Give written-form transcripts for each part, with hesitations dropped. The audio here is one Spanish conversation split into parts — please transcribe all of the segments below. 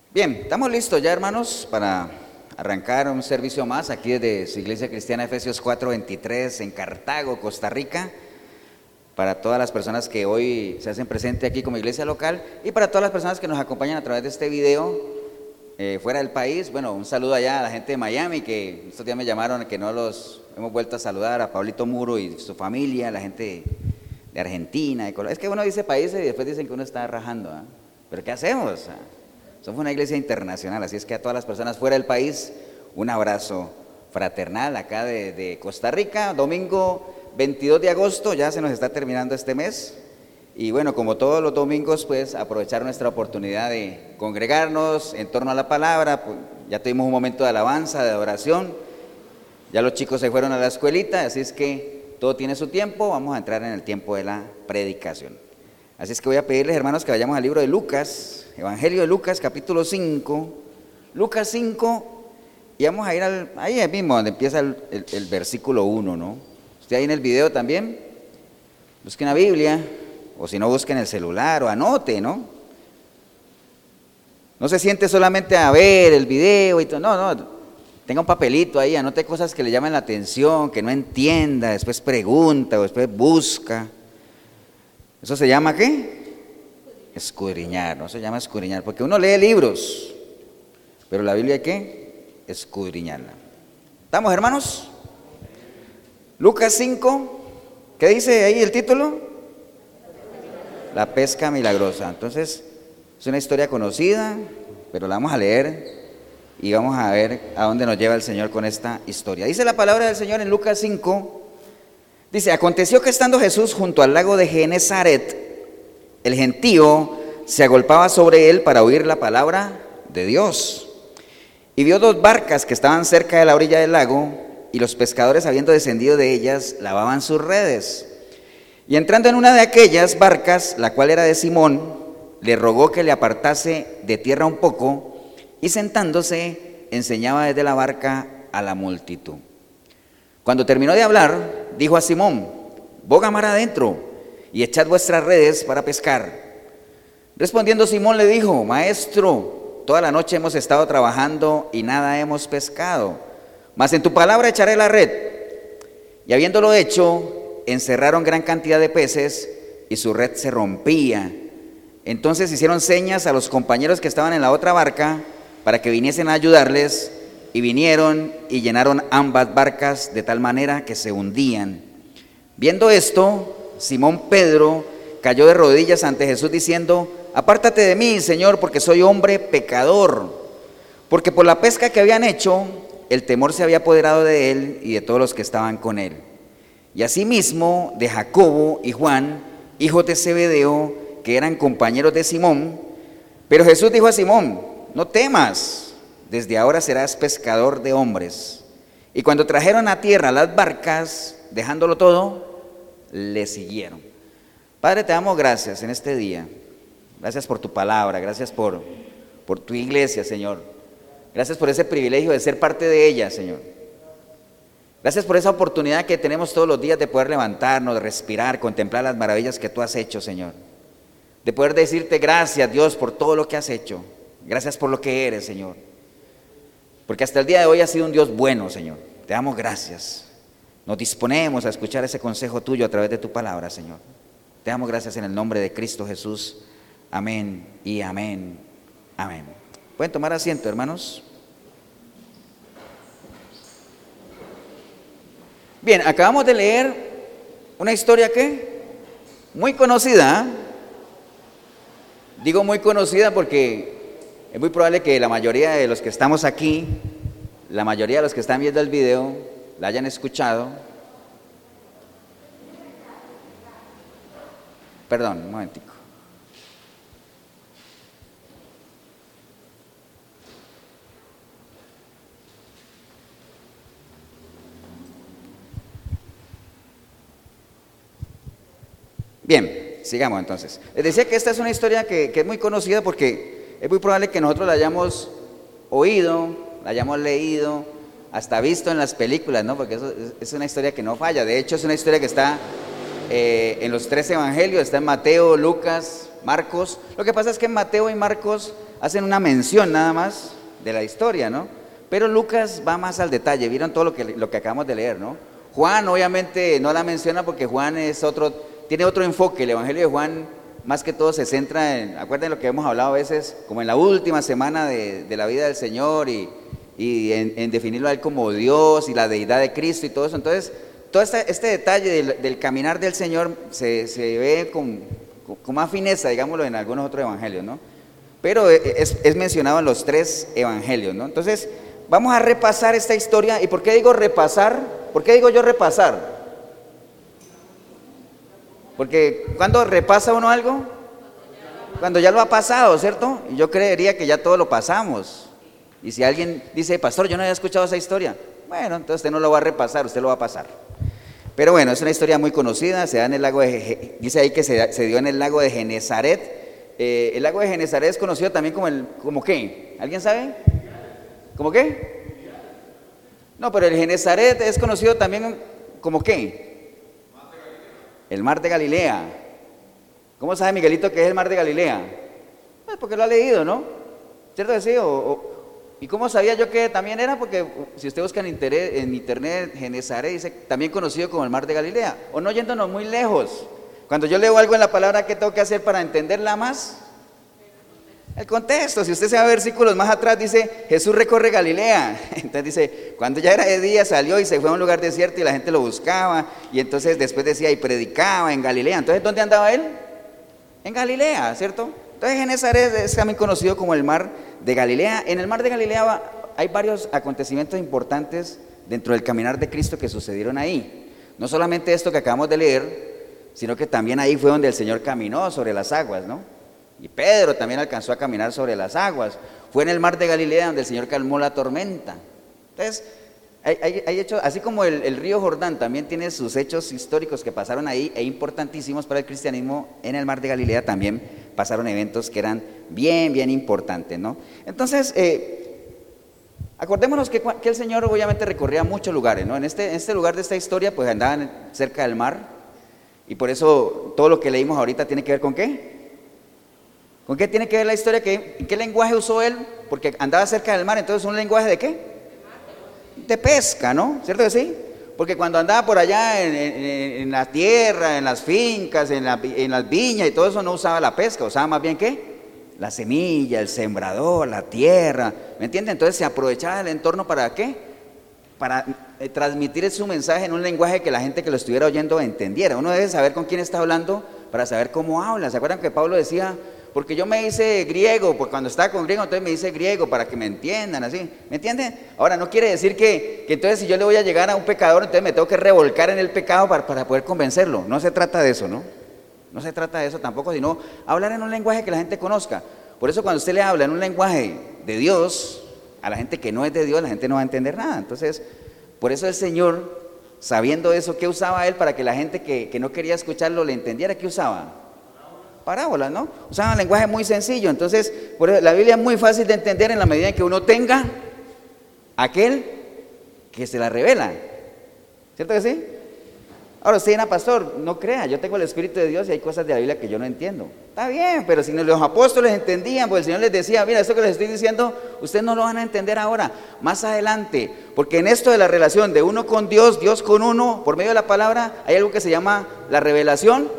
Bien, estamos listos ya, hermanos, para arrancar un servicio más aquí desde su Iglesia Cristiana Efesios 4:23 en Cartago, Costa Rica, para todas las personas que hoy se hacen presente aquí como iglesia local y para todas las personas que nos acompañan a través de este video fuera del país. Bueno, un saludo allá a la gente de Miami, que estos días me llamaron, que no los hemos vuelto a saludar, a Pablito Muro y su familia, la gente de Argentina, de Colombia. Es que uno dice países y después dicen que uno está rajando, ¿eh? ¿Pero qué hacemos? Somos una iglesia internacional, así es que a todas las personas fuera del país, un abrazo fraternal acá de Costa Rica. Domingo 22 de agosto, ya se nos está terminando este mes. Y bueno, como todos los domingos, pues aprovechar nuestra oportunidad de congregarnos en torno a la palabra. Pues, ya tuvimos un momento de alabanza, de adoración. Ya los chicos se fueron a la escuelita, así es que todo tiene su tiempo. Vamos a entrar en el tiempo de la predicación. Así es que voy a pedirles, hermanos, que vayamos al libro de Lucas, Evangelio de Lucas, capítulo 5, Lucas 5, y vamos a ir ahí mismo donde empieza el versículo 1, ¿no? Usted ahí en el video también, busquen la Biblia, o si no, busquen el celular, o anote, ¿no? No se siente solamente a ver el video y todo, no, tenga un papelito ahí, anote cosas que le llamen la atención, que no entienda, después pregunta, o después busca. ¿Eso se llama qué? Escudriñar, no se llama escudriñar, porque uno lee libros, pero la Biblia hay que escudriñarla. ¿Estamos, hermanos? Lucas 5, ¿qué dice ahí el título? La pesca milagrosa. Entonces, es una historia conocida, pero la vamos a leer y vamos a ver a dónde nos lleva el Señor con esta historia. Dice la palabra del Señor en Lucas 5. Dice, aconteció que estando Jesús junto al lago de Genezaret, el gentío se agolpaba sobre él para oír la palabra de Dios. Y vio dos barcas que estaban cerca de la orilla del lago, y los pescadores, habiendo descendido de ellas, lavaban sus redes. Y entrando en una de aquellas barcas, la cual era de Simón, le rogó que le apartase de tierra un poco, y sentándose, enseñaba desde la barca a la multitud. Cuando terminó de hablar, dijo a Simón, boga mar adentro y echad vuestras redes para pescar. Respondiendo Simón le dijo, maestro, toda la noche hemos estado trabajando y nada hemos pescado, mas en tu palabra echaré la red. Y habiéndolo hecho, encerraron gran cantidad de peces y su red se rompía. Entonces hicieron señas a los compañeros que estaban en la otra barca para que viniesen a ayudarles. Y vinieron y llenaron ambas barcas de tal manera que se hundían. Viendo esto, Simón Pedro cayó de rodillas ante Jesús diciendo, apártate de mí, Señor, porque soy hombre pecador. Porque por la pesca que habían hecho, el temor se había apoderado de él y de todos los que estaban con él. Y asimismo de Jacobo y Juan, hijos de Zebedeo, que eran compañeros de Simón. Pero Jesús dijo a Simón, no temas, desde ahora serás pescador de hombres. Y cuando trajeron a tierra las barcas, dejándolo todo, le siguieron. Padre, te damos gracias en este día. Gracias por tu palabra, gracias por tu iglesia, Señor. Gracias por ese privilegio de ser parte de ella, Señor. Gracias por esa oportunidad que tenemos todos los días de poder levantarnos, de respirar, contemplar las maravillas que tú has hecho, Señor. De poder decirte gracias, Dios, por todo lo que has hecho. Gracias por lo que eres, Señor. Porque hasta el día de hoy has sido un Dios bueno, Señor. Te damos gracias. Nos disponemos a escuchar ese consejo tuyo a través de tu palabra, Señor. Te damos gracias en el nombre de Cristo Jesús. Amén y amén. Amén. ¿Pueden tomar asiento, hermanos? Bien, acabamos de leer una historia que muy conocida. Digo muy conocida porque es muy probable que la mayoría de los que estamos aquí, la mayoría de los que están viendo el video, la hayan escuchado. Perdón, un momentico. Bien, sigamos entonces. Les decía que esta es una historia que es muy conocida porque es muy probable que nosotros la hayamos oído, la hayamos leído, hasta visto en las películas, ¿no? Porque eso es una historia que no falla. De hecho, es una historia que está en los 3 evangelios, está en Mateo, Lucas, Marcos. Lo que pasa es que en Mateo y Marcos hacen una mención nada más de la historia, ¿no? Pero Lucas va más al detalle, vieron todo lo que acabamos de leer, ¿no? Juan obviamente no la menciona porque Juan tiene otro enfoque. El Evangelio de Juan más que todo se centra en, acuérdense lo que hemos hablado a veces, como en la última semana de la vida del Señor y en definirlo a Él como Dios y la deidad de Cristo y todo eso. Entonces, todo este detalle del caminar del Señor se ve con más fineza, digámoslo, en algunos otros evangelios, ¿no? Pero es mencionado en los 3 evangelios, ¿no? Entonces, vamos a repasar esta historia. ¿Y por qué digo repasar? ¿Por qué digo yo repasar? Porque ¿cuándo repasa uno algo? Cuando ya lo ha pasado, ¿cierto? Y yo creería que ya todo lo pasamos. Y si alguien dice, pastor, yo no había escuchado esa historia, bueno, entonces usted no lo va a repasar, usted lo va a pasar. Pero bueno, es una historia muy conocida, se da en el lago dice ahí que se dio en el lago de Genezaret. El lago de Genezaret es conocido también como ¿qué? ¿Alguien sabe? ¿Cómo qué? No, pero el Genezaret es conocido también como ¿qué? El mar de Galilea. ¿Cómo sabe Miguelito que es el mar de Galilea? Pues porque lo ha leído, ¿no? ¿Cierto que sí? ¿Y cómo sabía yo que también era? Porque si usted busca en internet, Genezaret dice también conocido como el mar de Galilea. O no yéndonos muy lejos. Cuando yo leo algo en la palabra, ¿qué tengo que hacer para entenderla más? El contexto. Si usted se va a versículos más atrás, dice, Jesús recorre Galilea. Entonces dice, cuando ya era de día salió y se fue a un lugar desierto y la gente lo buscaba. Y entonces después decía, y predicaba en Galilea. Entonces, ¿dónde andaba él? En Galilea, ¿cierto? Entonces Genezaret es también conocido como el mar de Galilea. En el mar de Galilea hay varios acontecimientos importantes dentro del caminar de Cristo que sucedieron ahí. No solamente esto que acabamos de leer, sino que también ahí fue donde el Señor caminó sobre las aguas, ¿no? Y Pedro también alcanzó a caminar sobre las aguas. Fue en el mar de Galilea donde el Señor calmó la tormenta. Entonces, hay hechos, así como el río Jordán también tiene sus hechos históricos que pasaron ahí e importantísimos para el cristianismo, en el mar de Galilea también pasaron eventos que eran bien, bien importantes, ¿no? Entonces, acordémonos que el Señor obviamente recorría muchos lugares, ¿no? En este lugar de esta historia, pues andaban cerca del mar, y por eso todo lo que leímos ahorita tiene que ver con ¿qué? ¿Con qué tiene que ver la historia? ¿En qué lenguaje usó él? Porque andaba cerca del mar, entonces ¿un lenguaje de qué? De pesca, ¿no? ¿Cierto que sí? Porque cuando andaba por allá en la tierra, en las fincas, en las viñas y todo eso, no usaba la pesca, usaba más bien ¿qué? La semilla, el sembrador, la tierra, ¿me entienden? Entonces se aprovechaba del entorno ¿para qué? Para transmitir su mensaje en un lenguaje que la gente que lo estuviera oyendo entendiera. Uno debe saber con quién está hablando para saber cómo habla. ¿Se acuerdan que Pablo decía? Porque yo me hice griego, porque cuando estaba con griego, entonces me hice griego para que me entiendan, así, ¿me entienden? Ahora, no quiere decir que entonces si yo le voy a llegar a un pecador, entonces me tengo que revolcar en el pecado para poder convencerlo. No se trata de eso, ¿no? No se trata de eso tampoco, sino hablar en un lenguaje que la gente conozca. Por eso cuando usted le habla en un lenguaje de Dios, a la gente que no es de Dios, la gente no va a entender nada. Entonces, por eso el Señor, sabiendo eso, ¿qué usaba Él para que la gente que no quería escucharlo le entendiera? ¿Qué usaba? Parábolas, ¿no? Usaban un lenguaje muy sencillo. Entonces, por eso, la Biblia es muy fácil de entender en la medida en que uno tenga aquel que se la revela. ¿Cierto que sí? Ahora usted dirá, pastor, no crea, yo tengo el Espíritu de Dios y hay cosas de la Biblia que yo no entiendo. Está bien, pero si los apóstoles entendían, pues el Señor les decía, mira, esto que les estoy diciendo, ustedes no lo van a entender ahora, más adelante. Porque en esto de la relación de uno con Dios, Dios con uno, por medio de la palabra, hay algo que se llama la revelación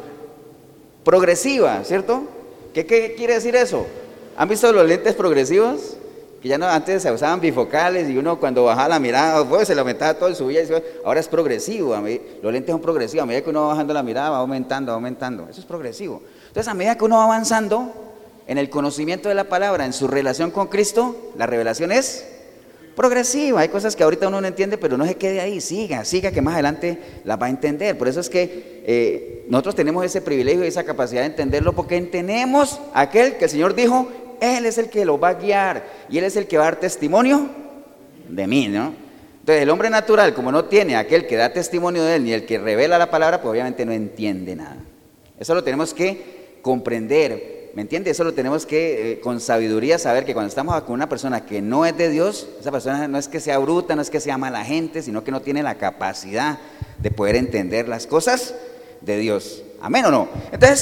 progresiva, ¿cierto? ¿Qué quiere decir eso? ¿Han visto los lentes progresivos? Que ya no, antes se usaban bifocales y uno cuando bajaba la mirada, pues se le aumentaba todo y subía, ahora es progresivo, los lentes son progresivos, a medida que uno va bajando la mirada va aumentando, eso es progresivo. Entonces a medida que uno va avanzando en el conocimiento de la palabra, en su relación con Cristo, la revelación es progresiva. Hay cosas que ahorita uno no entiende, pero no se quede ahí, siga, que más adelante las va a entender. Por eso es que nosotros tenemos ese privilegio y esa capacidad de entenderlo, porque tenemos aquel que el Señor dijo, Él es el que lo va a guiar y Él es el que va a dar testimonio de mí, ¿no? Entonces el hombre natural, como no tiene aquel que da testimonio de Él ni el que revela la palabra, pues obviamente no entiende nada. Eso lo tenemos que comprender, ¿me entiende? Eso lo tenemos que con sabiduría saber que cuando estamos con una persona que no es de Dios, esa persona no es que sea bruta, no es que sea mala gente, sino que no tiene la capacidad de poder entender las cosas de Dios. ¿Amén o no? Entonces,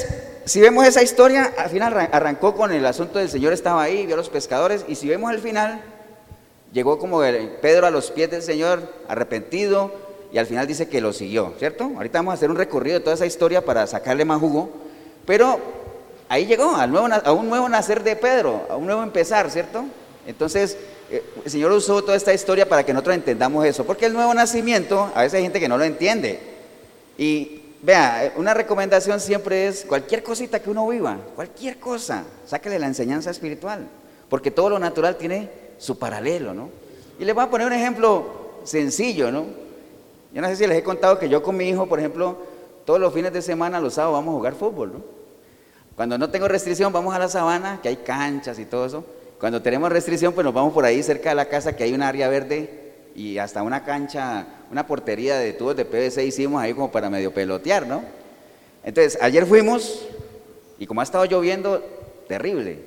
si vemos esa historia, al final arrancó con el asunto del Señor estaba ahí, vio a los pescadores, y si vemos el final, llegó como Pedro a los pies del Señor, arrepentido, y al final dice que lo siguió, ¿cierto? Ahorita vamos a hacer un recorrido de toda esa historia para sacarle más jugo, pero ahí llegó a un nuevo nacer de Pedro, a un nuevo empezar, ¿cierto? Entonces, el Señor usó toda esta historia para que nosotros entendamos eso, porque el nuevo nacimiento, a veces hay gente que no lo entiende, y vea, una recomendación siempre es, cualquier cosita que uno viva, cualquier cosa, sáquele la enseñanza espiritual, porque todo lo natural tiene su paralelo, ¿no? Y les voy a poner un ejemplo sencillo, ¿no? Yo no sé si les he contado que yo con mi hijo, por ejemplo, todos los fines de semana, los sábados, vamos a jugar fútbol, ¿no? Cuando no tengo restricción, vamos a la sabana, que hay canchas y todo eso. Cuando tenemos restricción, pues nos vamos por ahí cerca de la casa, que hay un área verde y hasta una cancha, una portería de tubos de PVC hicimos ahí como para medio pelotear, ¿no? Entonces, ayer fuimos y como ha estado lloviendo, terrible.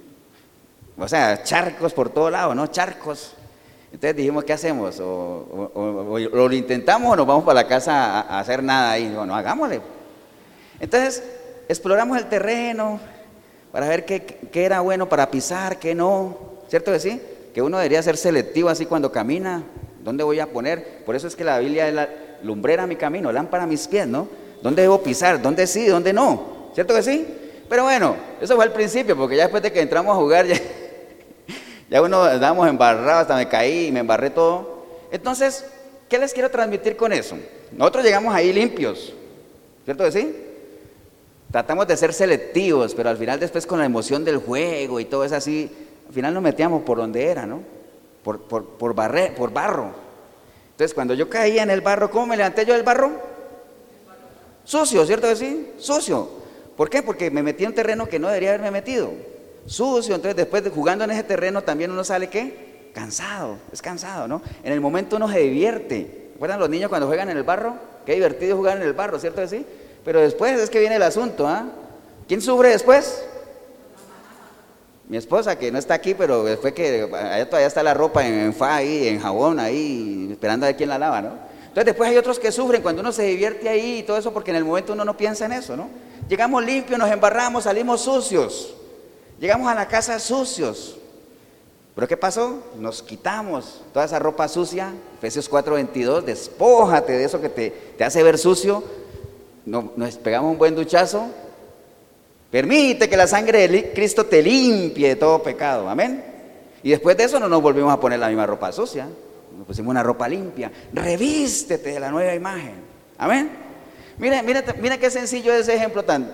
O sea, charcos por todo lado, ¿no? Charcos. Entonces dijimos, ¿qué hacemos? O lo intentamos o nos vamos para la casa a hacer nada ahí. Bueno, hagámosle. Entonces, exploramos el terreno para ver qué era bueno para pisar, qué no. ¿Cierto que sí? Que uno debería ser selectivo así cuando camina. ¿Dónde voy a poner? Por eso es que la Biblia es la lumbrera a mi camino, lámpara a mis pies, ¿no? ¿Dónde debo pisar? ¿Dónde sí? ¿Dónde no? ¿Cierto que sí? Pero bueno, eso fue al principio, porque ya después de que entramos a jugar, ya uno estábamos embarrados, hasta me caí y me embarré todo. Entonces, ¿qué les quiero transmitir con eso? Nosotros llegamos ahí limpios, ¿cierto que sí? Tratamos de ser selectivos, pero al final después con la emoción del juego y todo eso así, al final nos metíamos por donde era, ¿no? Por barro. Entonces cuando yo caía en el barro, ¿cómo me levanté yo del barro? Sucio, ¿cierto que sí? Sucio. ¿Por qué? Porque me metí en un terreno que no debería haberme metido. Sucio, entonces después de jugando en ese terreno también uno sale, ¿qué? Cansado, es cansado, ¿no? En el momento uno se divierte. ¿Recuerdan los niños cuando juegan en el barro? Qué divertido jugar en el barro, ¿cierto que sí? Pero después es que viene el asunto, ¿ah? ¿Quién sufre después? Mi esposa, que no está aquí, pero después que allá todavía está la ropa en fa ahí, en jabón ahí, esperando a ver quién la lava, ¿no? Entonces después hay otros que sufren cuando uno se divierte ahí y todo eso, porque en el momento uno no piensa en eso, ¿no? Llegamos limpios, nos embarramos, salimos sucios, llegamos a la casa sucios. ¿Pero qué pasó? Nos quitamos toda esa ropa sucia, Efesios 4:22, despójate de eso que te hace ver sucio, nos pegamos un buen duchazo. Permite que la sangre de Cristo te limpie de todo pecado, amén. Y después de eso no nos volvimos a poner la misma ropa sucia, nos pusimos una ropa limpia. Revístete de la nueva imagen, amén. Mira qué sencillo es ese ejemplo tan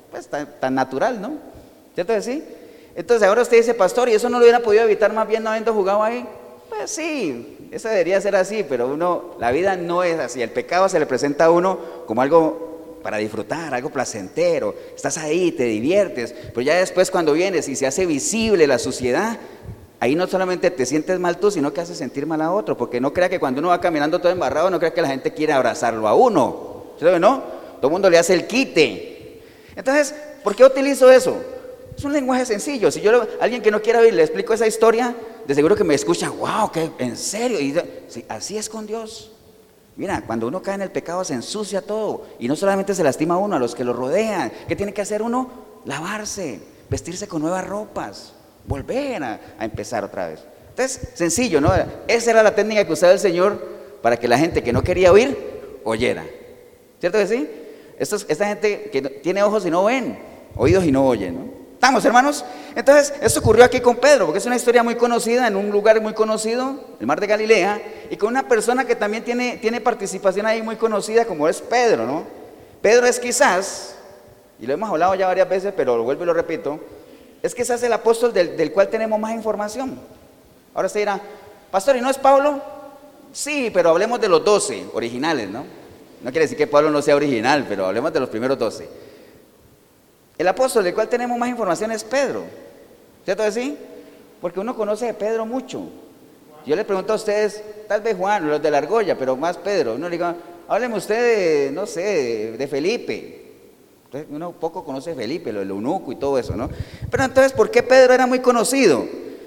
natural, ¿no? ¿Cierto que sí? Entonces ahora usted dice, pastor, ¿y eso no lo hubiera podido evitar más bien no habiendo jugado ahí? Pues sí, eso debería ser así, pero la vida no es así. El pecado se le presenta a uno como algo para disfrutar, algo placentero, estás ahí, te diviertes, pero ya después cuando vienes y se hace visible la suciedad, ahí no solamente te sientes mal tú, sino que hace sentir mal a otro, porque no crea que cuando uno va caminando todo embarrado, no crea que la gente quiere abrazarlo a uno, ¿sabes, no? Todo el mundo le hace el quite. Entonces, ¿por qué utilizo eso? Es un lenguaje sencillo. Si yo alguien que no quiera oír le explico esa historia, de seguro que me escucha, wow, ¿qué? ¿En serio? Y sí, así es con Dios. Mira, cuando uno cae en el pecado se ensucia todo y no solamente se lastima a uno, a los que lo rodean. ¿Qué tiene que hacer uno? Lavarse, vestirse con nuevas ropas, volver a empezar otra vez. Entonces, sencillo, ¿no? Esa era la técnica que usaba el Señor para que la gente que no quería oír, oyera. ¿Cierto que sí? Esta gente que tiene ojos y no ven, oídos y no oyen, ¿no? ¿Estamos, hermanos? Entonces, esto ocurrió aquí con Pedro, porque es una historia muy conocida, en un lugar muy conocido, el Mar de Galilea, y con una persona que también tiene participación ahí muy conocida, como es Pedro, ¿no? Pedro es quizás, y lo hemos hablado ya varias veces, pero lo vuelvo y lo repito, es quizás el apóstol del cual tenemos más información. Ahora usted dirá, pastor, ¿y no es Pablo? Sí, pero hablemos de los 12 originales, ¿no? No quiere decir que Pablo no sea original, pero hablemos de los primeros 12. El apóstol del cual tenemos más información es Pedro, ¿cierto que sí? Porque uno conoce de Pedro mucho. Yo le pregunto a ustedes, tal vez Juan, los de la argolla, pero más Pedro. Uno le diga, hábleme usted de, no sé, de Felipe. Entonces, uno poco conoce a Felipe, lo del eunuco y todo eso, ¿no? Pero entonces, ¿por qué Pedro era muy conocido?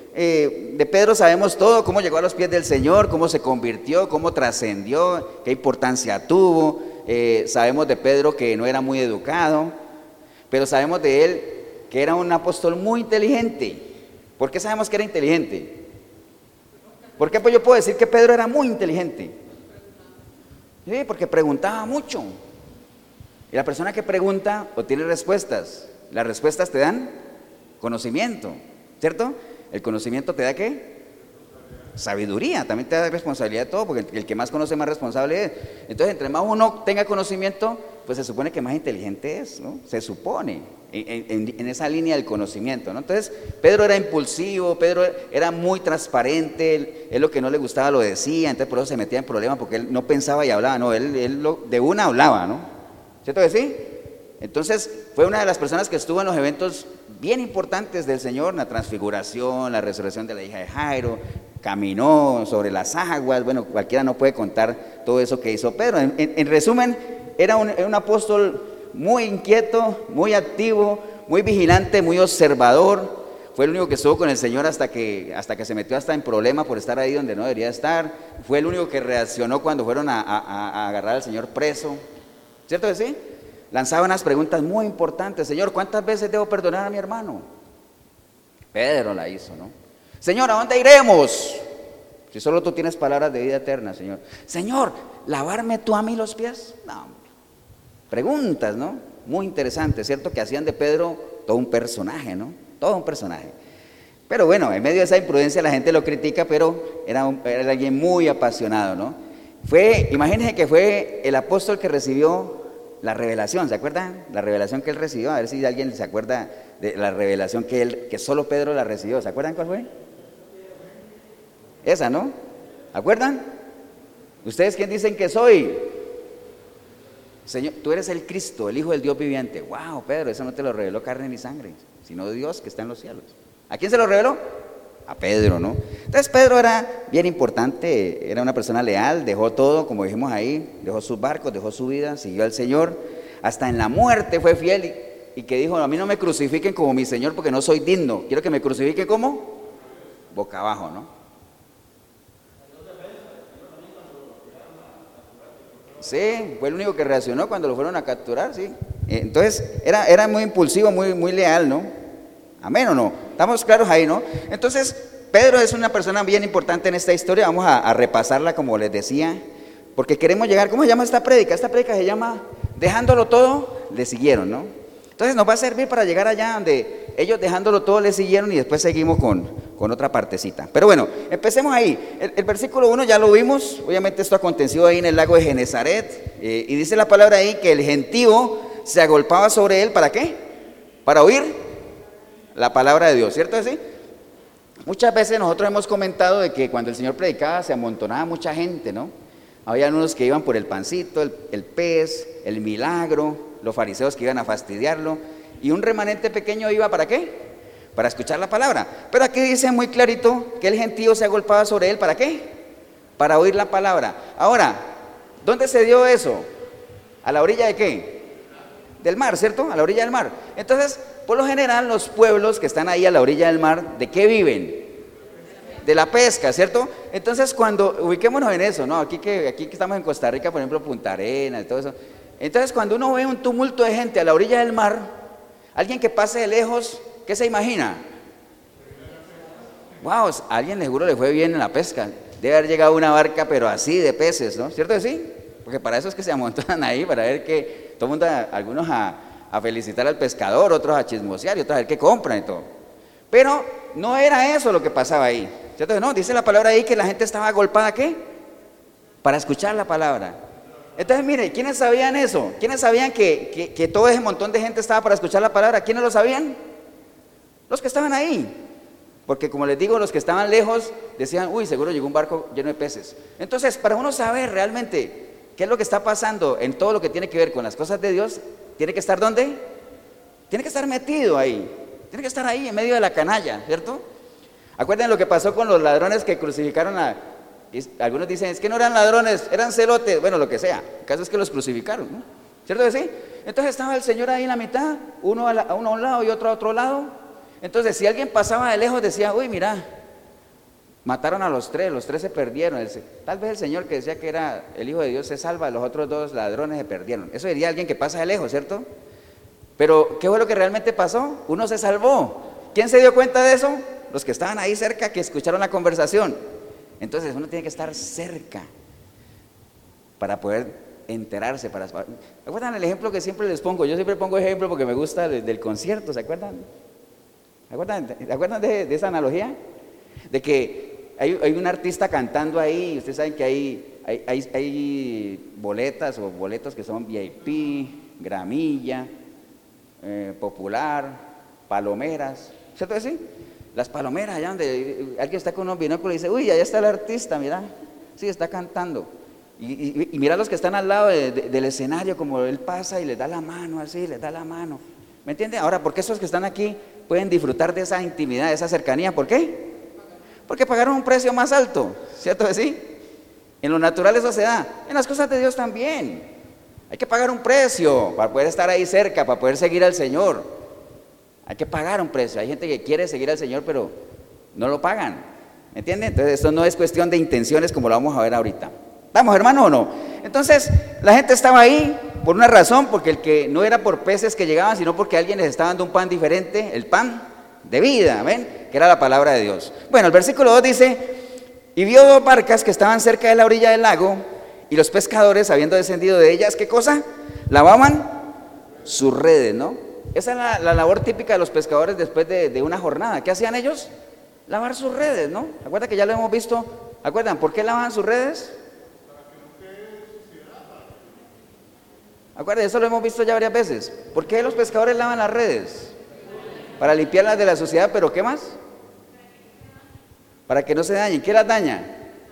De Pedro sabemos todo, cómo llegó a los pies del Señor, cómo se convirtió, cómo trascendió, qué importancia tuvo. Sabemos de Pedro que no era muy educado. pero sabemos de él que era un apóstol muy inteligente. ¿Por qué sabemos que era inteligente? ¿Por qué pues yo puedo decir que Pedro era muy inteligente? Sí, porque preguntaba mucho. Y la persona que pregunta obtiene respuestas. Las respuestas te dan conocimiento, ¿cierto? El conocimiento te da ¿qué? Sabiduría, también te da responsabilidad de todo, porque el que más conoce más responsable es. Entonces, entre más uno tenga conocimiento, pues se supone que más inteligente es, ¿no? Se supone, en esa línea del conocimiento, ¿no? Entonces, Pedro era impulsivo, Pedro era muy transparente, él lo que no le gustaba lo decía, entonces por eso se metía en problemas, porque él no pensaba y hablaba, no, él de una hablaba, ¿no? ¿Cierto que sí? Entonces, fue una de las personas que estuvo en los eventos bien importantes del Señor, la transfiguración, la resurrección de la hija de Jairo, caminó sobre las aguas, bueno, cualquiera no puede contar todo eso que hizo Pedro. En resumen, era un apóstol muy inquieto, muy activo, muy vigilante, muy observador. Fue el único que estuvo con el Señor hasta que se metió hasta en problemas por estar ahí donde no debería estar. Fue el único que reaccionó cuando fueron a agarrar al Señor preso. ¿Cierto que sí? Lanzaba unas preguntas muy importantes. Señor, ¿cuántas veces debo perdonar a mi hermano? Pedro la hizo, ¿no? Señor, ¿a dónde iremos? Si solo tú tienes palabras de vida eterna, Señor. Señor, ¿lavarme tú a mí los pies? No. Preguntas, ¿no? Muy interesantes, ¿cierto? Que hacían de Pedro todo un personaje, ¿no? Todo un personaje. Pero bueno, en medio de esa imprudencia la gente lo critica, pero era alguien muy apasionado, ¿no? Imagínense que fue el apóstol que recibió la revelación, ¿se acuerdan? La revelación que él recibió, a ver si alguien se acuerda de la revelación que solo Pedro la recibió. ¿Se acuerdan cuál fue? Esa, ¿no? ¿Acuerdan? ¿Ustedes quién dicen que soy? Señor, tú eres el Cristo, el Hijo del Dios viviente. Wow, Pedro, eso no te lo reveló carne ni sangre, sino Dios que está en los cielos. ¿A quién se lo reveló? A Pedro, ¿no? Entonces Pedro era bien importante, era una persona leal, dejó todo, como dijimos ahí, dejó sus barcos, dejó su vida, siguió al Señor, hasta en la muerte fue fiel y que dijo, a mí no me crucifiquen como mi Señor porque no soy digno, quiero que me crucifiquen como boca abajo, ¿no? Sí, fue el único que reaccionó cuando lo fueron a capturar, sí. Entonces era muy impulsivo, muy leal, ¿no? Amén o no, estamos claros ahí, ¿no? Entonces Pedro es una persona bien importante en esta historia. Vamos a repasarla como les decía, porque queremos llegar. ¿Cómo se llama esta prédica? Esta prédica se llama dejándolo todo, le siguieron, ¿no? Entonces nos va a servir para llegar allá donde ellos dejándolo todo le siguieron y después seguimos con otra partecita. Pero bueno, empecemos ahí. El versículo 1 ya lo vimos, obviamente esto aconteció ahí en el lago de Genezaret, y dice la palabra ahí que el gentío se agolpaba sobre él, ¿para qué? Para oír la palabra de Dios, ¿cierto así? Muchas veces nosotros hemos comentado de que cuando el Señor predicaba se amontonaba mucha gente, ¿no? Había unos que iban por el pancito, el pez, el milagro, los fariseos que iban a fastidiarlo, y un remanente pequeño iba ¿para qué? Para escuchar la palabra. Pero aquí dice muy clarito que el gentío se agolpaba sobre él, ¿para qué? Para oír la palabra. Ahora, ¿dónde se dio eso? ¿A la orilla de qué? Del mar, ¿cierto? A la orilla del mar. Entonces, por lo general, los pueblos que están ahí a la orilla del mar, ¿de qué viven? De la pesca, ¿cierto? Entonces, cuando, ubiquémonos en eso, ¿no? Aquí que estamos en Costa Rica, por ejemplo, Punta Arenas y todo eso. Entonces, cuando uno ve un tumulto de gente a la orilla del mar, alguien que pase de lejos, ¿qué se imagina? Wow, a alguien seguro le fue bien en la pesca. Debe haber llegado una barca, pero así de peces, ¿no? ¿Cierto que sí? Porque para eso es que se amontonan ahí, para ver que todo el mundo, algunos a felicitar al pescador, otros a chismosear y otros a ver qué compran y todo. Pero no era eso lo que pasaba ahí, ¿cierto? No, dice la palabra ahí que la gente estaba agolpada, ¿qué? Para escuchar la palabra. Entonces, mire, ¿quiénes sabían eso? ¿Quiénes sabían que todo ese montón de gente estaba para escuchar la palabra? ¿Quiénes lo sabían? Los que estaban ahí. Porque como les digo, los que estaban lejos decían, uy, seguro llegó un barco lleno de peces. Entonces, para uno saber realmente qué es lo que está pasando en todo lo que tiene que ver con las cosas de Dios, tiene que estar ¿dónde? Tiene que estar metido ahí. Tiene que estar ahí en medio de la canalla, ¿cierto? Acuerden lo que pasó con los ladrones que crucificaron algunos dicen, es que no eran ladrones, eran celotes, bueno, lo que sea. El caso es que los crucificaron, ¿no? ¿Cierto que sí? Entonces estaba el Señor ahí en la mitad, uno a un lado y otro a otro lado. Entonces, si alguien pasaba de lejos, decía, uy, mira, mataron a los tres se perdieron. Tal vez el Señor que decía que era el Hijo de Dios se salva, los otros dos ladrones se perdieron. Eso diría alguien que pasa de lejos, ¿cierto? Pero, ¿qué fue lo que realmente pasó? Uno se salvó. ¿Quién se dio cuenta de eso? Los que estaban ahí cerca, que escucharon la conversación. Entonces, uno tiene que estar cerca para poder enterarse. ¿Recuerdan el ejemplo que siempre les pongo? Yo siempre pongo ejemplo porque me gusta del concierto, ¿se acuerdan? ¿Se acuerdan de esa analogía? De que hay un artista cantando ahí, y ustedes saben que hay boletas o boletos que son VIP, gramilla, popular, palomeras, ¿cierto que sí? Las palomeras, allá donde alguien está con unos binóculos y dice, uy, allá está el artista, mira, sí, está cantando. Y mira los que están al lado del escenario, como él pasa y les da la mano, así, les da la mano. ¿Me entiende? Ahora, ¿por qué esos que están aquí pueden disfrutar de esa intimidad, de esa cercanía? ¿Por qué? Porque pagaron un precio más alto, ¿cierto que sí? En lo natural eso se da, en las cosas de Dios también. Hay que pagar un precio para poder estar ahí cerca, para poder seguir al Señor. Hay que pagar un precio. Hay gente que quiere seguir al Señor, pero no lo pagan. ¿Me entienden? Entonces, esto no es cuestión de intenciones como lo vamos a ver ahorita. ¿Vamos, hermano, o no? Entonces, la gente estaba ahí por una razón, porque el que no era por peces que llegaban, sino porque alguien les estaba dando un pan diferente, el pan de vida, ¿ven? Que era la palabra de Dios. Bueno, el versículo 2 dice, y vio dos barcas que estaban cerca de la orilla del lago, y los pescadores, habiendo descendido de ellas, ¿qué cosa? Lavaban sus redes, ¿no? Esa es la labor típica de los pescadores después de una jornada. ¿Qué hacían ellos? Lavar sus redes, ¿no? ¿Acuerdan que ya lo hemos visto? ¿Acuerdan por qué lavaban sus redes? ¿Acuerdan? Eso lo hemos visto ya varias veces. ¿Por qué los pescadores lavan las redes? Para limpiarlas de la suciedad, ¿pero qué más? Para que no se dañen. ¿Qué las daña?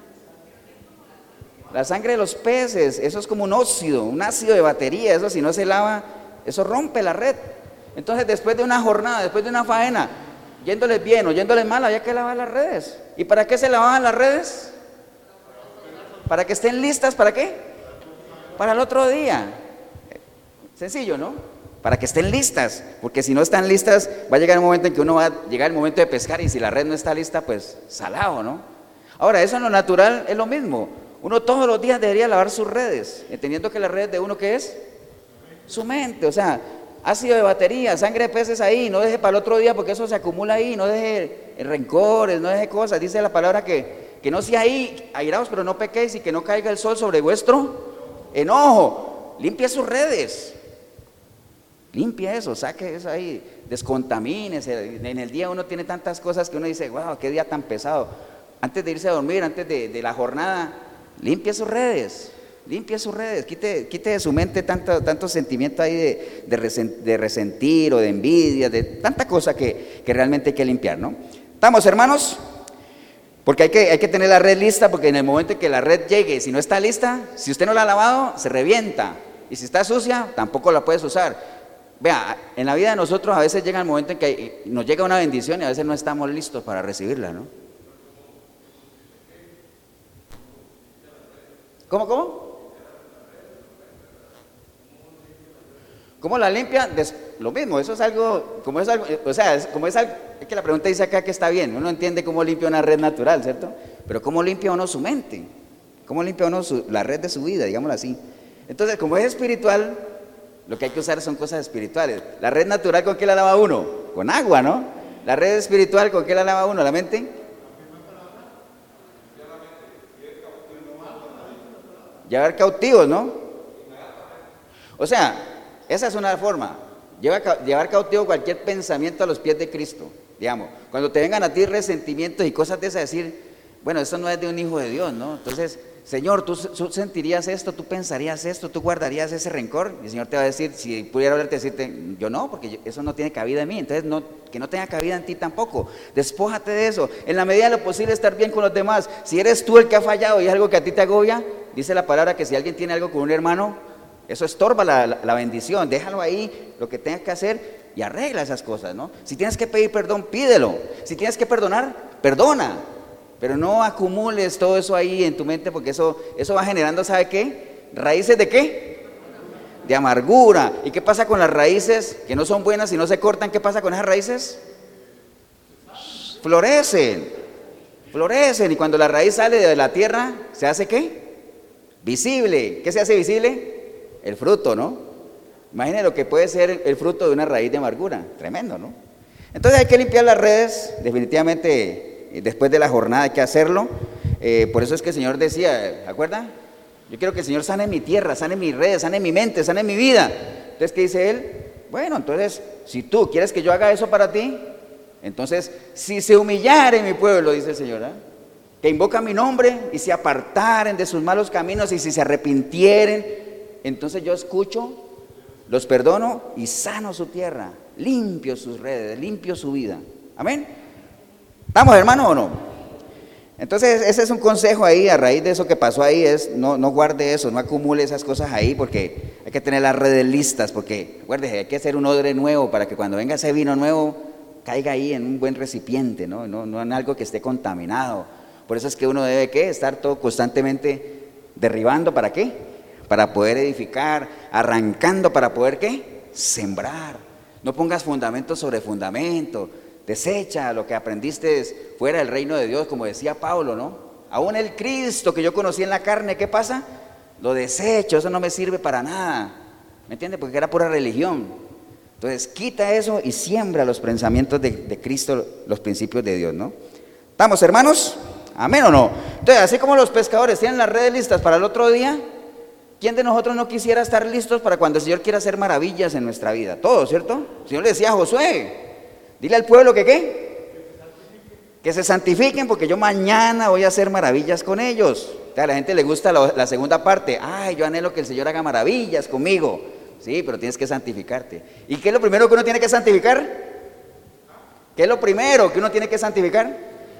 La sangre de los peces. Eso es como un óxido, un ácido de batería. Eso si no se lava, eso rompe la red. Entonces, después de una jornada, después de una faena, yéndoles bien o yéndoles mal, había que lavar las redes. ¿Y para qué se lavaban las redes? Para que estén listas, ¿para qué? Para el otro día. Sencillo, ¿no? Para que estén listas, porque si no están listas, va a llegar un momento en que uno va a llegar el momento de pescar y si la red no está lista, pues salado, ¿no? Ahora, eso en lo natural es lo mismo. Uno todos los días debería lavar sus redes, entendiendo que la red de uno, ¿qué es? Su mente, o sea, ácido de batería, sangre de peces ahí, no deje para el otro día porque eso se acumula ahí, no deje rencores, no deje cosas. Dice la palabra que no sea ahí, airaos, pero no pequéis y que no caiga el sol sobre vuestro enojo. Limpie sus redes. Limpia eso, saque eso ahí, descontamínese. En el día uno tiene tantas cosas que uno dice, wow, qué día tan pesado. Antes de irse a dormir, antes de la jornada, limpie sus redes, quite de su mente tanto sentimiento ahí de resentir o de envidia, de tanta cosa que realmente hay que limpiar, ¿no? ¿Estamos, hermanos? Porque hay que tener la red lista, porque en el momento en que la red llegue, si no está lista, si usted no la ha lavado, se revienta. Y si está sucia, tampoco la puedes usar. Vea, en la vida de nosotros a veces llega el momento en que nos llega una bendición y a veces no estamos listos para recibirla, ¿no? ¿Cómo? ¿Cómo la limpia? Lo mismo, eso es algo, es que la pregunta dice acá que está bien, uno entiende cómo limpia una red natural, ¿cierto? Pero ¿cómo limpia uno su mente? ¿Cómo limpia uno la red de su vida, digámoslo así? Entonces, como es espiritual, lo que hay que usar son cosas espirituales. La red natural, ¿con qué la lava uno? Con agua, ¿no? La red espiritual, ¿con qué la lava uno? ¿La mente? Llevar cautivos, ¿no? O sea, esa es una forma. Llevar cautivo cualquier pensamiento a los pies de Cristo. Digamos, cuando te vengan a ti resentimientos y cosas de esas, decir, bueno, eso no es de un hijo de Dios, ¿no? Entonces, Señor, tú sentirías esto, tú pensarías esto, tú guardarías ese rencor. Y el Señor te va a decir, si pudiera hablarte, decirte, yo no, porque eso no tiene cabida en mí. Entonces, que no tenga cabida en ti tampoco. Despójate de eso. En la medida de lo posible, estar bien con los demás. Si eres tú el que ha fallado y es algo que a ti te agobia, dice la palabra que si alguien tiene algo con un hermano, eso estorba la bendición. Déjalo ahí, lo que tengas que hacer y arregla esas cosas, ¿no? Si tienes que pedir perdón, pídelo. Si tienes que perdonar, perdona. Pero no acumules todo eso ahí en tu mente, porque eso va generando, ¿sabe qué? ¿Raíces de qué? De amargura. ¿Y qué pasa con las raíces que no son buenas y no se cortan? ¿Qué pasa con esas raíces? Florecen. Y cuando la raíz sale de la tierra, ¿se hace qué? Visible. ¿Qué se hace visible? El fruto, ¿no? Imagínense lo que puede ser el fruto de una raíz de amargura. Tremendo, ¿no? Entonces hay que limpiar las redes, definitivamente, después de la jornada hay que hacerlo. Por eso es que el Señor decía, ¿acuerda? Yo quiero que el Señor sane mi tierra, sane mis redes, sane mi mente, sane mi vida. Entonces, ¿qué dice Él? Bueno, entonces, si tú quieres que yo haga eso para ti, entonces, si se humillare mi pueblo, dice el Señor, que invoca mi nombre y se apartaren de sus malos caminos y si se arrepintieren, entonces yo escucho, los perdono y sano su tierra, limpio sus redes, limpio su vida. Amén. ¿Estamos, hermano, o no? Entonces ese es un consejo ahí, a raíz de eso que pasó ahí, es no guarde eso, no acumule esas cosas ahí, porque hay que tener las redes listas, porque acuérdese, hay que hacer un odre nuevo para que cuando venga ese vino nuevo caiga ahí en un buen recipiente, no en algo que esté contaminado. Por eso es que uno debe ¿qué? Estar todo constantemente derribando, ¿para qué? Para poder edificar, arrancando para poder ¿qué? Sembrar. No pongas fundamento sobre fundamento. Desecha lo que aprendiste fuera del reino de Dios, como decía Pablo, ¿no? Aún el Cristo que yo conocí en la carne, ¿qué pasa? Lo desecho, eso no me sirve para nada. ¿Me entiendes? Porque era pura religión. Entonces, quita eso y siembra los pensamientos de Cristo, los principios de Dios, ¿no? ¿Estamos, hermanos? ¿Amén o no? Entonces, así como los pescadores tienen las redes listas para el otro día, ¿quién de nosotros no quisiera estar listos para cuando el Señor quiera hacer maravillas en nuestra vida? Todos, ¿cierto? El Señor le decía a Josué, dile al pueblo que ¿qué? Que se santifiquen porque yo mañana voy a hacer maravillas con ellos. A la gente le gusta la segunda parte. Ay, yo anhelo que el Señor haga maravillas conmigo. Sí, pero tienes que santificarte. ¿Y qué es lo primero que uno tiene que santificar? ¿Qué es lo primero que uno tiene que santificar?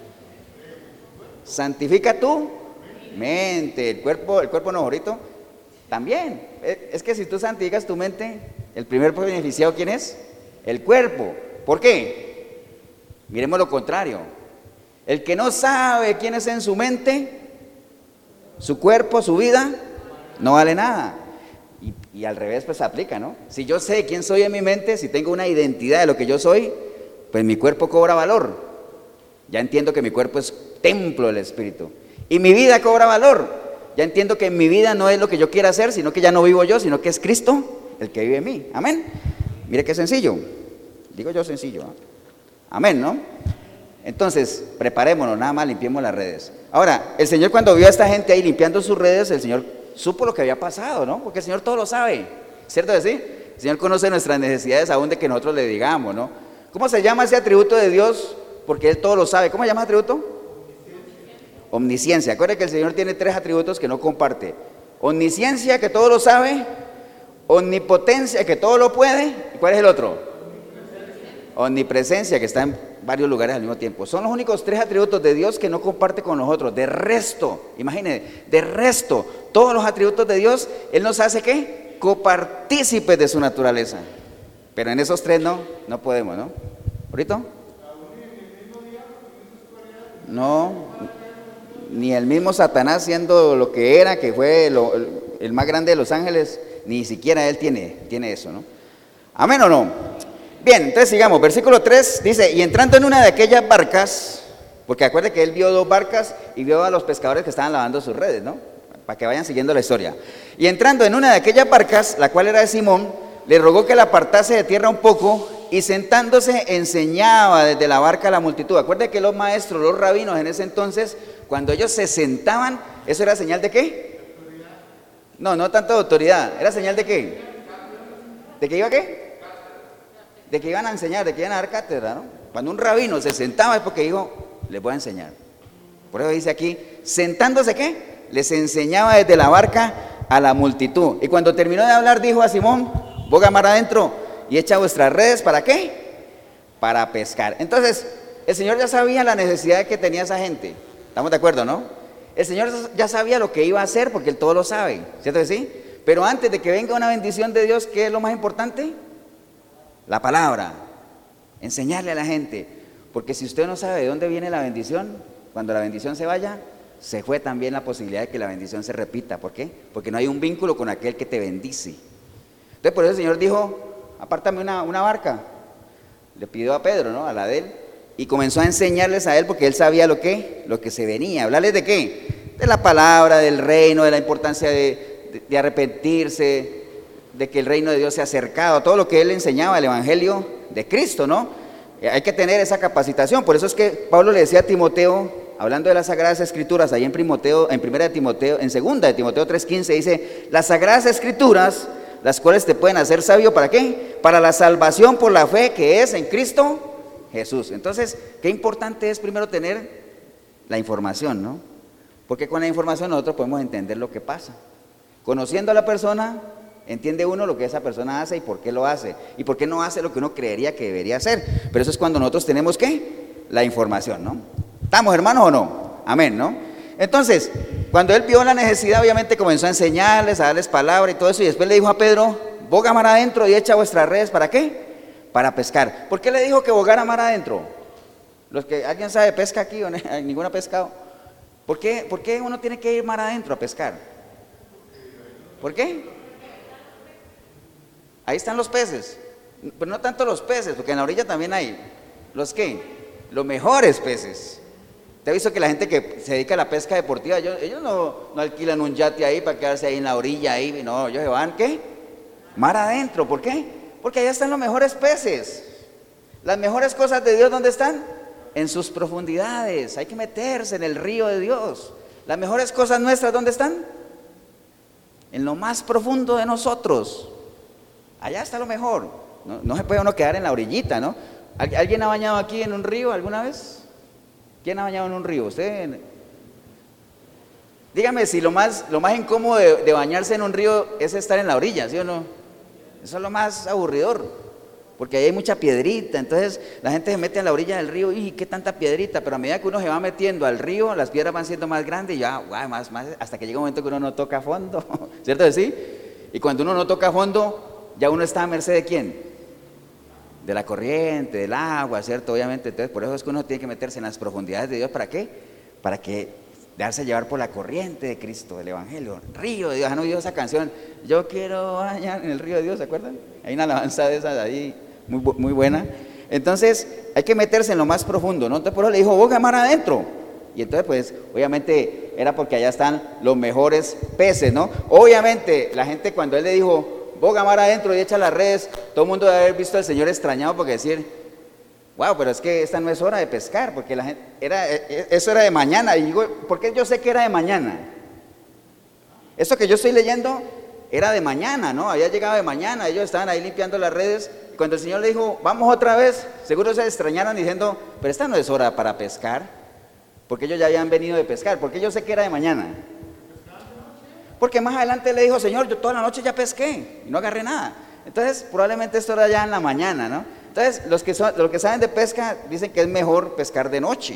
Santifica tu mente. El cuerpo no, ahorita también. Es que si tú santificas tu mente, el primer beneficiado, ¿quién es? El cuerpo. ¿Por qué? Miremos lo contrario. El que no sabe quién es en su mente, su cuerpo, su vida, no vale nada. Y al revés pues aplica, ¿no? Si yo sé quién soy en mi mente, si tengo una identidad de lo que yo soy, pues mi cuerpo cobra valor. Ya entiendo que mi cuerpo es templo del Espíritu. Y mi vida cobra valor. Ya entiendo que mi vida no es lo que yo quiera hacer, sino que ya no vivo yo, sino que es Cristo el que vive en mí. Amén. Mire qué sencillo. Digo yo sencillo, ¿no? Amén, ¿no? Entonces, preparémonos, nada más limpiemos las redes. Ahora, el Señor cuando vio a esta gente ahí limpiando sus redes, el Señor supo lo que había pasado, ¿no? Porque el Señor todo lo sabe, ¿cierto que sí? El Señor conoce nuestras necesidades aún de que nosotros le digamos, ¿no? ¿Cómo se llama ese atributo de Dios? Porque Él todo lo sabe. ¿Cómo se llama ese atributo? Omnisciencia. Acuérdense que el Señor tiene 3 atributos que no comparte. Omnisciencia, que todo lo sabe. Omnipotencia, que todo lo puede. ¿Y cuál es el otro? Omnipresencia, que está en varios lugares al mismo tiempo. Son los únicos 3 atributos de Dios que no comparte con nosotros. De resto, imagínense, de resto, todos los atributos de Dios, Él nos hace ¿qué? Copartícipes de su naturaleza. Pero en esos 3 no podemos, ¿no? ¿Ahorita? No, ni el mismo Satanás siendo lo que era, que fue el más grande de los ángeles, ni siquiera él tiene eso, ¿no? ¿Amén o no? Bien, entonces sigamos, versículo 3 dice, y entrando en una de aquellas barcas, porque acuerde que él vio 2 barcas y vio a los pescadores que estaban lavando sus redes, ¿no? Para que vayan siguiendo la historia. Y entrando en una de aquellas barcas, la cual era de Simón, le rogó que la apartase de tierra un poco, y sentándose enseñaba desde la barca a la multitud. Acuerde que los maestros, los rabinos en ese entonces, cuando ellos se sentaban, ¿eso era señal de qué? No tanto de autoridad, ¿era señal de qué? ¿De que iba qué? De que iban a enseñar, de que iban a dar cátedra, ¿no? Cuando un rabino se sentaba es porque dijo, les voy a enseñar. Por eso dice aquí, sentándose ¿qué? Les enseñaba desde la barca a la multitud. Y cuando terminó de hablar dijo a Simón, boga mar adentro y echa vuestras redes, ¿para qué? Para pescar. Entonces, el Señor ya sabía la necesidad que tenía esa gente. ¿Estamos de acuerdo, no? El Señor ya sabía lo que iba a hacer porque Él todo lo sabe, ¿cierto que sí? Pero antes de que venga una bendición de Dios, ¿qué es lo más importante? La palabra. Enseñarle a la gente. Porque si usted no sabe de dónde viene la bendición, cuando la bendición se vaya, se fue también la posibilidad de que la bendición se repita. ¿Por qué? Porque no hay un vínculo con aquel que te bendice. Entonces por eso el Señor dijo, apártame una barca. Le pidió a Pedro, ¿no? A la de él. Y comenzó a enseñarles a él porque él sabía lo que se venía. ¿Hablarles de qué? De la palabra, del reino, de la importancia de arrepentirse, de que el reino de Dios se ha acercado, todo lo que él enseñaba, el evangelio de Cristo, ¿no? Hay que tener esa capacitación. Por eso es que Pablo le decía a Timoteo, hablando de las Sagradas Escrituras, ahí en primera de Timoteo, en segunda de Timoteo 3:15, dice, las Sagradas Escrituras, las cuales te pueden hacer sabio, ¿para qué? Para la salvación por la fe que es en Cristo Jesús. Entonces, qué importante es primero tener la información, ¿no? Porque con la información nosotros podemos entender lo que pasa. Conociendo a la persona, entiende uno lo que esa persona hace y por qué lo hace, y por qué no hace lo que uno creería que debería hacer. Pero eso es cuando nosotros tenemos, ¿qué? La información, ¿no? ¿Estamos, hermanos, o no? Amén, ¿no? Entonces, cuando él vio la necesidad, obviamente comenzó a enseñarles, a darles palabra y todo eso, y después le dijo a Pedro, boga mar adentro y echa vuestras redes, ¿para qué? Para pescar. ¿Por qué le dijo que bogara mar adentro? ¿Alguien sabe pesca aquí o no? ¿Ninguno ha pescado? ¿Por qué uno tiene que ir mar adentro a pescar? ¿Por qué? Ahí están los peces, pero no tanto los peces, porque en la orilla también hay, ¿los qué? Los mejores peces. ¿Te has visto que la gente que se dedica a la pesca deportiva, ellos no alquilan un yate ahí para quedarse ahí en la orilla, ahí, no, ellos se van, ¿qué? Mar adentro, ¿por qué? Porque allá están los mejores peces. Las mejores cosas de Dios, ¿dónde están? En sus profundidades. Hay que meterse en el río de Dios. Las mejores cosas nuestras, ¿dónde están? En lo más profundo de nosotros. Allá está lo mejor. No se puede uno quedar en la orillita, ¿no? ¿Alguien ha bañado aquí en un río alguna vez? ¿Quién ha bañado en un río? ¿Usted? Dígame si lo más incómodo de bañarse en un río es estar en la orilla, ¿sí o no? Eso es lo más aburridor. Porque ahí hay mucha piedrita, entonces la gente se mete a la orilla del río y qué tanta piedrita, pero a medida que uno se va metiendo al río, las piedras van siendo más grandes y ya, más, hasta que llega un momento que uno no toca fondo, ¿cierto que sí? Y cuando uno no toca fondo, ya uno está a merced de ¿quién? De la corriente, del agua, ¿cierto? Obviamente, entonces por eso es que uno tiene que meterse en las profundidades de Dios, ¿para qué? Para que dejarse llevar por la corriente de Cristo, del Evangelio, río de Dios. ¿Han oído esa canción? Yo quiero bañar en el río de Dios, ¿se acuerdan? Hay una alabanza de esas ahí, muy buena. Entonces hay que meterse en lo más profundo, ¿no? Entonces por eso le dijo, boga mar adentro. Y entonces pues obviamente era porque allá están los mejores peces, ¿no? Obviamente la gente cuando él le dijo, boga mar adentro y echa las redes, todo el mundo debe haber visto al Señor extrañado porque decir, wow, pero es que esta no es hora de pescar, porque la gente, eso era de mañana. Y digo, ¿por qué yo sé que era de mañana? Esto que yo estoy leyendo era de mañana, ¿no? Había llegado de mañana, ellos estaban ahí limpiando las redes. Y cuando el Señor le dijo, vamos otra vez, seguro se extrañaron diciendo, pero esta no es hora para pescar, porque ellos ya habían venido de pescar. ¿Por qué yo sé que era de mañana? Porque más adelante le dijo, Señor, yo toda la noche ya pesqué y no agarré nada. Entonces, probablemente esto era ya en la mañana, ¿no? Entonces, los que saben de pesca dicen que es mejor pescar de noche.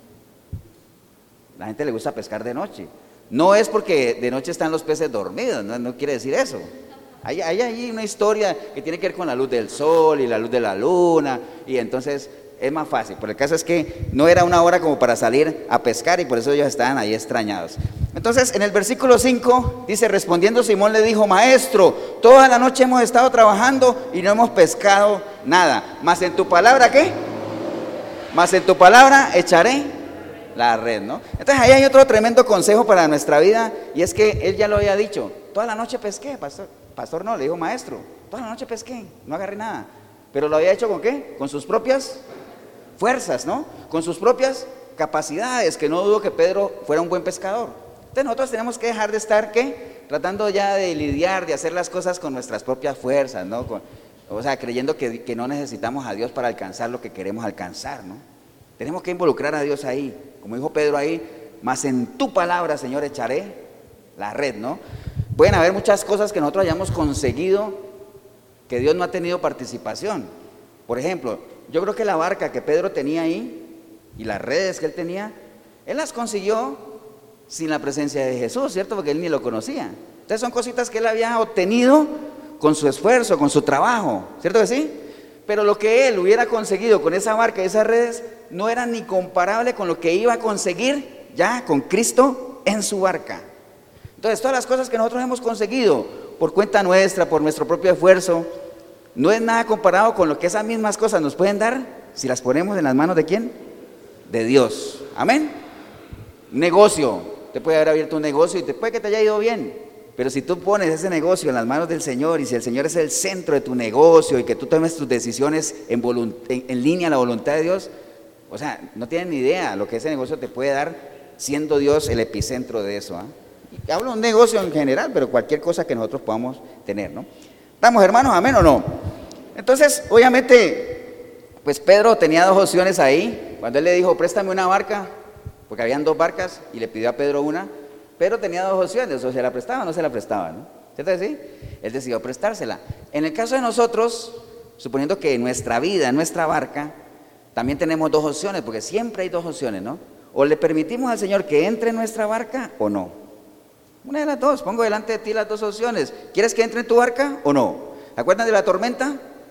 La gente le gusta pescar de noche. No es porque de noche están los peces dormidos, no quiere decir eso. Hay ahí una historia que tiene que ver con la luz del sol y la luz de la luna, y entonces es más fácil. Pero el caso es que no era una hora como para salir a pescar y por eso ellos estaban ahí extrañados. Entonces, en el versículo 5 dice, respondiendo Simón le dijo, maestro, toda la noche hemos estado trabajando y no hemos pescado nada. Mas en tu palabra, ¿qué? Mas en tu palabra echaré la red, ¿no? Entonces, ahí hay otro tremendo consejo para nuestra vida, y es que él ya lo había dicho, toda la noche pesqué, pastor no, le dijo, maestro, toda la noche pesqué, no agarré nada. Pero lo había hecho ¿con qué? Con sus propias fuerzas, ¿no? Con sus propias capacidades, que no dudo que Pedro fuera un buen pescador. Entonces nosotros tenemos que dejar de estar, ¿qué? Tratando ya de lidiar, de hacer las cosas con nuestras propias fuerzas, ¿no? O sea, creyendo que no necesitamos a Dios para alcanzar lo que queremos alcanzar, ¿no? Tenemos que involucrar a Dios ahí, como dijo Pedro ahí, mas en tu palabra, Señor, echaré la red, ¿no? Pueden haber muchas cosas que nosotros hayamos conseguido que Dios no ha tenido participación. Por ejemplo, yo creo que la barca que Pedro tenía ahí y las redes que él tenía, él las consiguió sin la presencia de Jesús, ¿cierto? Porque él ni lo conocía. Entonces son cositas que él había obtenido con su esfuerzo, con su trabajo, ¿cierto que sí? Pero lo que él hubiera conseguido con esa barca y esas redes no era ni comparable con lo que iba a conseguir ya con Cristo en su barca. Entonces todas las cosas que nosotros hemos conseguido por cuenta nuestra, por nuestro propio esfuerzo, no es nada comparado con lo que esas mismas cosas nos pueden dar si las ponemos en las manos de ¿quién? De Dios. Amén. Negocio. Te puede haber abierto un negocio y después que te haya ido bien, Pero si tú pones ese negocio en las manos del Señor, y si el Señor es el centro de tu negocio, y que tú tomes tus decisiones en línea a la voluntad de Dios, o sea, no tienes ni idea lo que ese negocio te puede dar, siendo Dios el epicentro de eso, ¿ah? Y hablo de un negocio en general, pero cualquier cosa que nosotros podamos tener, ¿no? ¿Estamos, hermanos? ¿Amén o no? Entonces, obviamente, pues Pedro tenía dos opciones ahí. Cuando él le dijo, préstame una barca, porque habían dos barcas, y le pidió a Pedro una, Pedro tenía dos opciones, o se la prestaba o no se la prestaba, ¿no? ¿Cierto que sí? Él decidió prestársela. En el caso de nosotros, suponiendo que en nuestra vida, en nuestra barca, también tenemos dos opciones, porque siempre hay dos opciones, ¿no? O le permitimos al Señor que entre en nuestra barca o no. Una de las dos, pongo delante de ti las dos opciones. ¿Quieres que entre en tu barca o no? ¿Te acuerdan de la tormenta?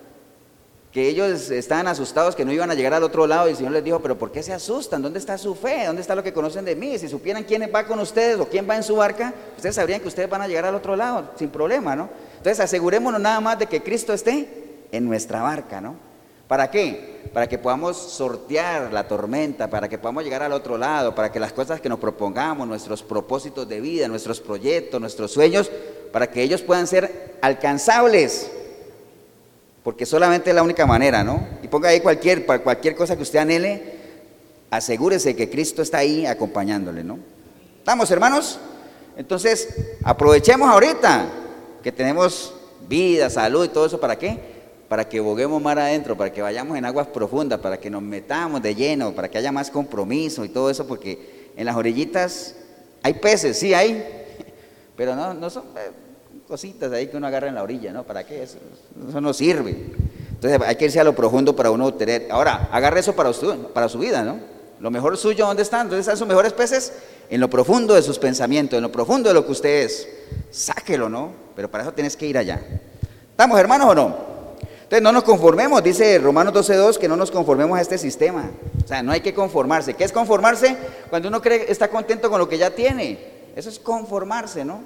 Que ellos estaban asustados que no iban a llegar al otro lado, y el Señor les dijo, pero ¿por qué se asustan? ¿Dónde está su fe? ¿Dónde está lo que conocen de mí? Si supieran quién va con ustedes o quién va en su barca, ustedes sabrían que ustedes van a llegar al otro lado sin problema, ¿no? Entonces asegurémonos nada más de que Cristo esté en nuestra barca, ¿no? ¿Para qué? Para que podamos sortear la tormenta, para que podamos llegar al otro lado, para que las cosas que nos propongamos, nuestros propósitos de vida, nuestros proyectos, nuestros sueños, para que ellos puedan ser alcanzables, porque solamente es la única manera, ¿no? Y ponga ahí cualquier cosa que usted anhele, asegúrese que Cristo está ahí acompañándole, ¿no? ¿Estamos, hermanos? Entonces, aprovechemos ahorita que tenemos vida, salud y todo eso, ¿para qué? Para que boguemos mar adentro, para que vayamos en aguas profundas, para que nos metamos de lleno, para que haya más compromiso y todo eso, porque en las orillitas hay peces, sí hay, pero no son cositas ahí que uno agarra en la orilla, ¿no? ¿Para qué? Eso no sirve. Entonces hay que irse a lo profundo para uno obtener. Ahora, agarre eso para su vida, ¿no? Lo mejor suyo, ¿dónde están? ¿Dónde están sus mejores peces? En lo profundo de sus pensamientos, en lo profundo de lo que usted es. Sáquelo, ¿no? Pero para eso tienes que ir allá. ¿Estamos, hermanos, o no? Entonces no nos conformemos, dice Romanos 12:2, que no nos conformemos a este sistema. O sea, no hay que conformarse. ¿Qué es conformarse? Cuando uno cree, está contento con lo que ya tiene. Eso es conformarse, ¿no?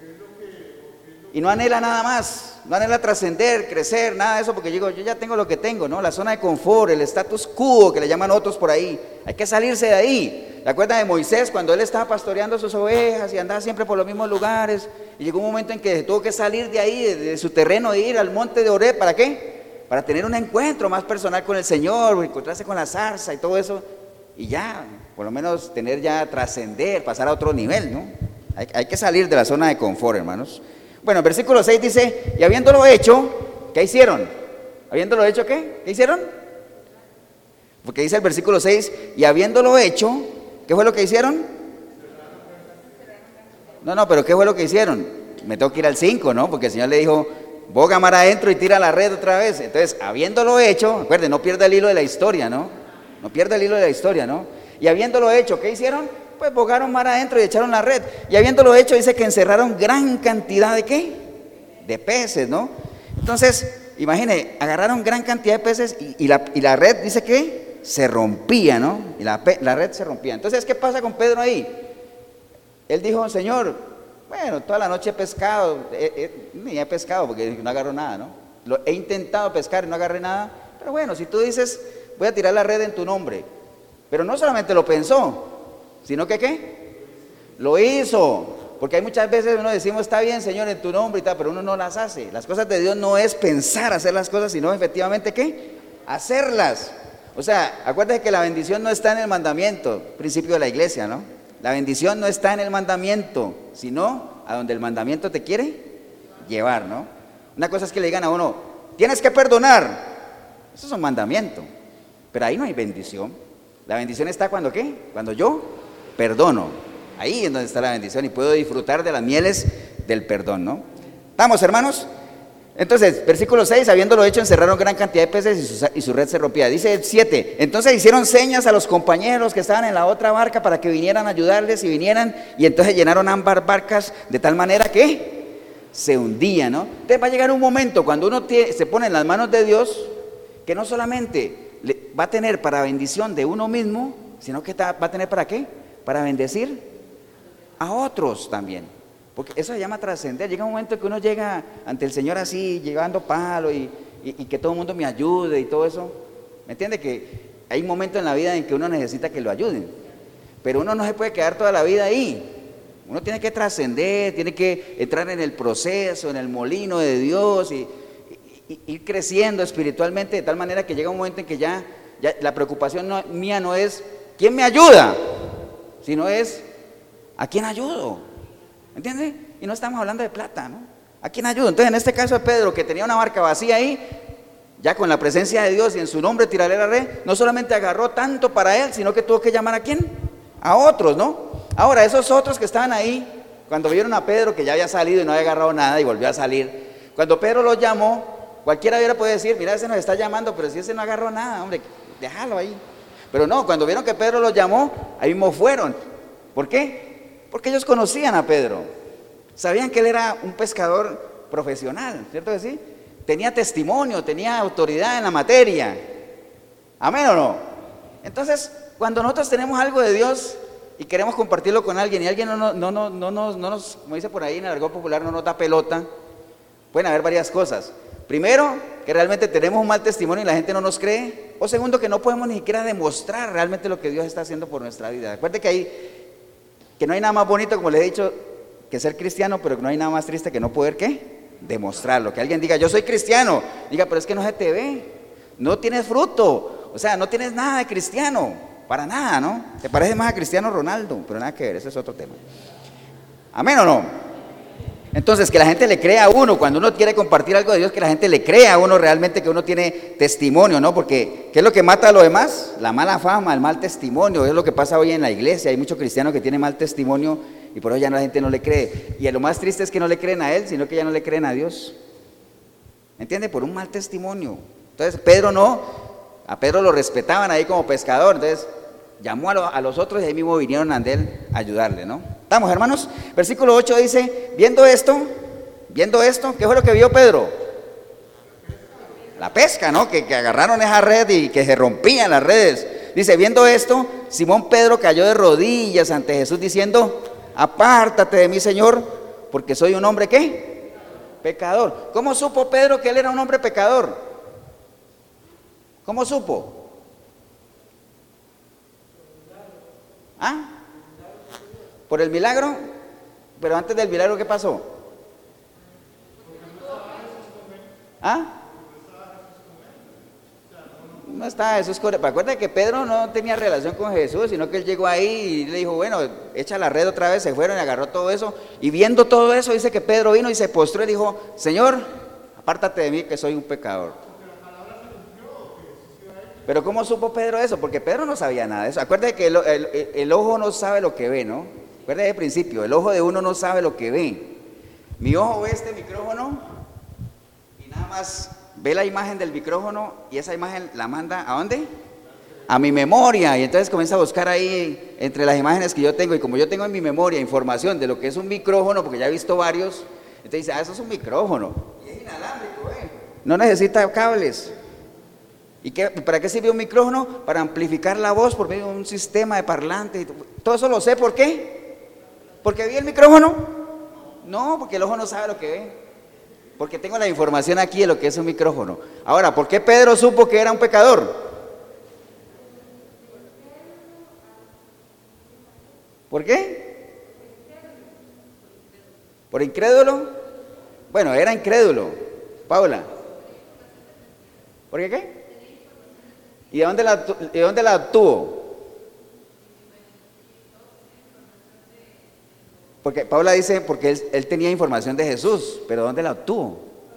Y no anhela nada más, no anhela trascender, crecer, nada de eso, porque yo ya tengo lo que tengo, ¿no? La zona de confort, el status quo, que le llaman otros por ahí. Hay que salirse de ahí. ¿Se acuerdan de Moisés cuando él estaba pastoreando sus ovejas y andaba siempre por los mismos lugares? Y llegó un momento en que tuvo que salir de ahí, de su terreno, de ir al monte de Oreb. ¿Para qué? Para tener un encuentro más personal con el Señor, encontrarse con la zarza y todo eso. Y ya, por lo menos tener ya, trascender, pasar a otro nivel, ¿no? Hay que salir de la zona de confort, hermanos. Bueno, el versículo 6 dice, y habiéndolo hecho, ¿qué hicieron? ¿Habiéndolo hecho qué? ¿Qué hicieron? Porque dice el versículo 6, y habiéndolo hecho, ¿qué fue lo que hicieron? No, pero ¿qué fue lo que hicieron? Me tengo que ir al 5, ¿no? Porque el Señor le dijo, boga mar adentro y tira la red otra vez. Entonces, habiéndolo hecho, acuérdense, no pierda el hilo de la historia, ¿no? No pierda el hilo de la historia, ¿no? Y habiéndolo hecho, ¿qué hicieron? Pues bogaron mar adentro y echaron la red. Y habiéndolo hecho, dice que encerraron gran cantidad de ¿qué? De peces, ¿no? Entonces, imagine, agarraron gran cantidad de peces y la red dice que se rompía, ¿no? Y la red se rompía. Entonces, ¿qué pasa con Pedro ahí? Él dijo, Señor, bueno, toda la noche he pescado, ni he pescado porque no agarro nada, ¿no? He intentado pescar y no agarré nada, pero bueno, si tú dices, voy a tirar la red en tu nombre, pero no solamente lo pensó, sino que ¿qué? Lo hizo, porque hay muchas veces uno decimos, está bien, Señor, en tu nombre y tal, pero uno no las hace. Las cosas de Dios no es pensar hacer las cosas, sino efectivamente ¿qué? Hacerlas. O sea, acuérdate que la bendición no está en el mandamiento, principio de la iglesia, ¿no? La bendición no está en el mandamiento, sino a donde el mandamiento te quiere llevar, ¿no? Una cosa es que le digan a uno, tienes que perdonar. Eso es un mandamiento, pero ahí no hay bendición. La bendición está cuando ¿qué? Cuando yo perdono. Ahí es donde está la bendición y puedo disfrutar de las mieles del perdón, ¿no? ¿Estamos, hermanos? Entonces, versículo 6, habiéndolo hecho, encerraron gran cantidad de peces y su red se rompía. Dice el 7, entonces hicieron señas a los compañeros que estaban en la otra barca para que vinieran a ayudarles y vinieran, y entonces llenaron ambas barcas de tal manera que se hundían, ¿no? Entonces va a llegar un momento cuando uno se pone en las manos de Dios, que no solamente va a tener para bendición de uno mismo, sino que va a tener ¿para qué? Para bendecir a otros también. Porque eso se llama trascender. Llega un momento que uno llega ante el Señor así, llevando palo y que todo el mundo me ayude y todo eso. ¿Me entiende? Que hay un momento en la vida en que uno necesita que lo ayuden. Pero uno no se puede quedar toda la vida ahí. Uno tiene que trascender, tiene que entrar en el proceso, en el molino de Dios y ir creciendo espiritualmente de tal manera que llega un momento en que ya la preocupación mía no es ¿quién me ayuda? Sino es ¿a quién ayudo? ¿Entiende? Y no estamos hablando de plata, ¿no? ¿A quién ayudo? Entonces en este caso de Pedro, que tenía una barca vacía ahí, ya con la presencia de Dios y en su nombre tiraré la red, no solamente agarró tanto para él, sino que tuvo que llamar ¿a quién? A otros, ¿no? Ahora, esos otros que estaban ahí, cuando vieron a Pedro que ya había salido y no había agarrado nada y volvió a salir, cuando Pedro los llamó, cualquiera hubiera podido decir, mira, ese nos está llamando, pero si ese no agarró nada, hombre, déjalo ahí. Pero no, cuando vieron que Pedro los llamó, ahí mismo fueron. ¿Por qué? Porque ellos conocían a Pedro, sabían que él era un pescador profesional, ¿cierto que sí? Tenía testimonio, tenía autoridad en la materia. ¿Amén o no? Entonces, cuando nosotros tenemos algo de Dios y queremos compartirlo con alguien y alguien no nos, como dice por ahí en el argot popular, no nos da pelota, pueden haber varias cosas. Primero, que realmente tenemos un mal testimonio y la gente no nos cree. O segundo, que no podemos ni siquiera demostrar realmente lo que Dios está haciendo por nuestra vida. Recuerde que no hay nada más bonito, como les he dicho, que ser cristiano, pero que no hay nada más triste que no poder, ¿qué? Demostrarlo. Que alguien diga, yo soy cristiano. Diga, pero es que no se te ve. No tienes fruto. O sea, no tienes nada de cristiano. Para nada, ¿no? Te parece más a Cristiano Ronaldo, pero nada que ver, ese es otro tema. ¿Amén o no? Entonces, que la gente le crea a uno, cuando uno quiere compartir algo de Dios, que la gente le crea a uno realmente que uno tiene testimonio, ¿no? Porque, ¿qué es lo que mata a lo demás? La mala fama, el mal testimonio, es lo que pasa hoy en la iglesia. Hay muchos cristianos que tienen mal testimonio y por eso ya la gente no le cree. Y lo más triste es que no le creen a él, sino que ya no le creen a Dios. ¿Entiende? Por un mal testimonio. Entonces, a Pedro lo respetaban ahí como pescador, entonces llamó a los otros y ahí mismo vinieron a él a ayudarle, ¿no? ¿Estamos, hermanos? Versículo 8 dice, viendo esto, ¿qué fue lo que vio Pedro? La pesca, ¿no? Que agarraron esa red y que se rompían las redes. Dice, viendo esto, Simón Pedro cayó de rodillas ante Jesús diciendo, apártate de mí, Señor, porque soy un hombre, ¿qué? Pecador. ¿Cómo supo Pedro que él era un hombre pecador? ¿Cómo supo? ¿Ah? ¿Por el milagro? Pero antes del milagro, ¿qué pasó? ¿Ah? No estaba Jesús con él. Acuérdate que Pedro no tenía relación con Jesús, sino que él llegó ahí y le dijo, bueno, echa la red otra vez, se fueron y agarró todo eso. Y viendo todo eso, dice que Pedro vino y se postró y dijo, Señor, apártate de mí que soy un pecador. Pero ¿cómo supo Pedro eso? Porque Pedro no sabía nada de eso. Acuérdate que el ojo no sabe lo que ve, ¿no? Acuérdate del principio, el ojo de uno no sabe lo que ve. Mi ojo ve este micrófono y nada más ve la imagen del micrófono y esa imagen la manda ¿a dónde? A mi memoria, y entonces comienza a buscar ahí entre las imágenes que yo tengo, y como yo tengo en mi memoria información de lo que es un micrófono, porque ya he visto varios, entonces dice, eso es un micrófono, y es inalámbrico, no necesita cables. ¿Y para qué sirve un micrófono? Para amplificar la voz por medio de un sistema de parlantes. Todo eso lo sé, ¿por qué? ¿Porque vi el micrófono? No, porque el ojo no sabe lo que ve. Porque tengo la información aquí de lo que es un micrófono. Ahora, ¿por qué Pedro supo que era un pecador? ¿Por qué? ¿Por incrédulo? Bueno, era incrédulo. Paula. ¿Por qué? ¿Y de dónde la obtuvo? Porque Paula dice, porque él tenía información de Jesús, pero ¿dónde la obtuvo?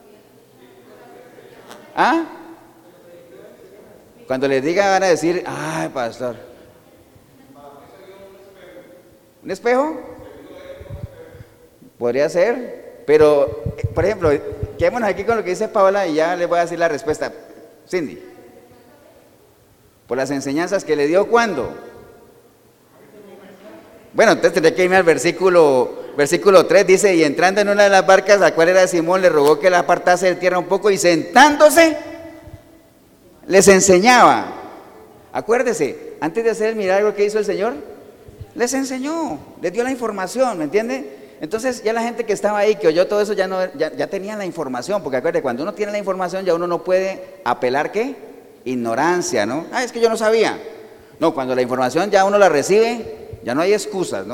¿Ah? Cuando les diga van a decir, ay, pastor. ¿Un espejo? Podría ser, pero, por ejemplo, quedémonos aquí con lo que dice Paula y ya les voy a decir la respuesta. Cindy. Por las enseñanzas que le dio, ¿cuándo? Bueno, entonces tendré que irme al versículo 3, dice, y entrando en una de las barcas, la cual era de Simón, le rogó que la apartase de tierra un poco, y sentándose, les enseñaba. Acuérdese, antes de hacer el milagro que hizo el Señor, les enseñó, les dio la información, ¿me entiende? Entonces ya la gente que estaba ahí, que oyó todo eso, ya tenía la información, porque acuérdate, cuando uno tiene la información, ya uno no puede apelar, ¿qué? Ignorancia, ¿no? Es que yo no sabía. No, cuando la información ya uno la recibe, ya no hay excusas, ¿no?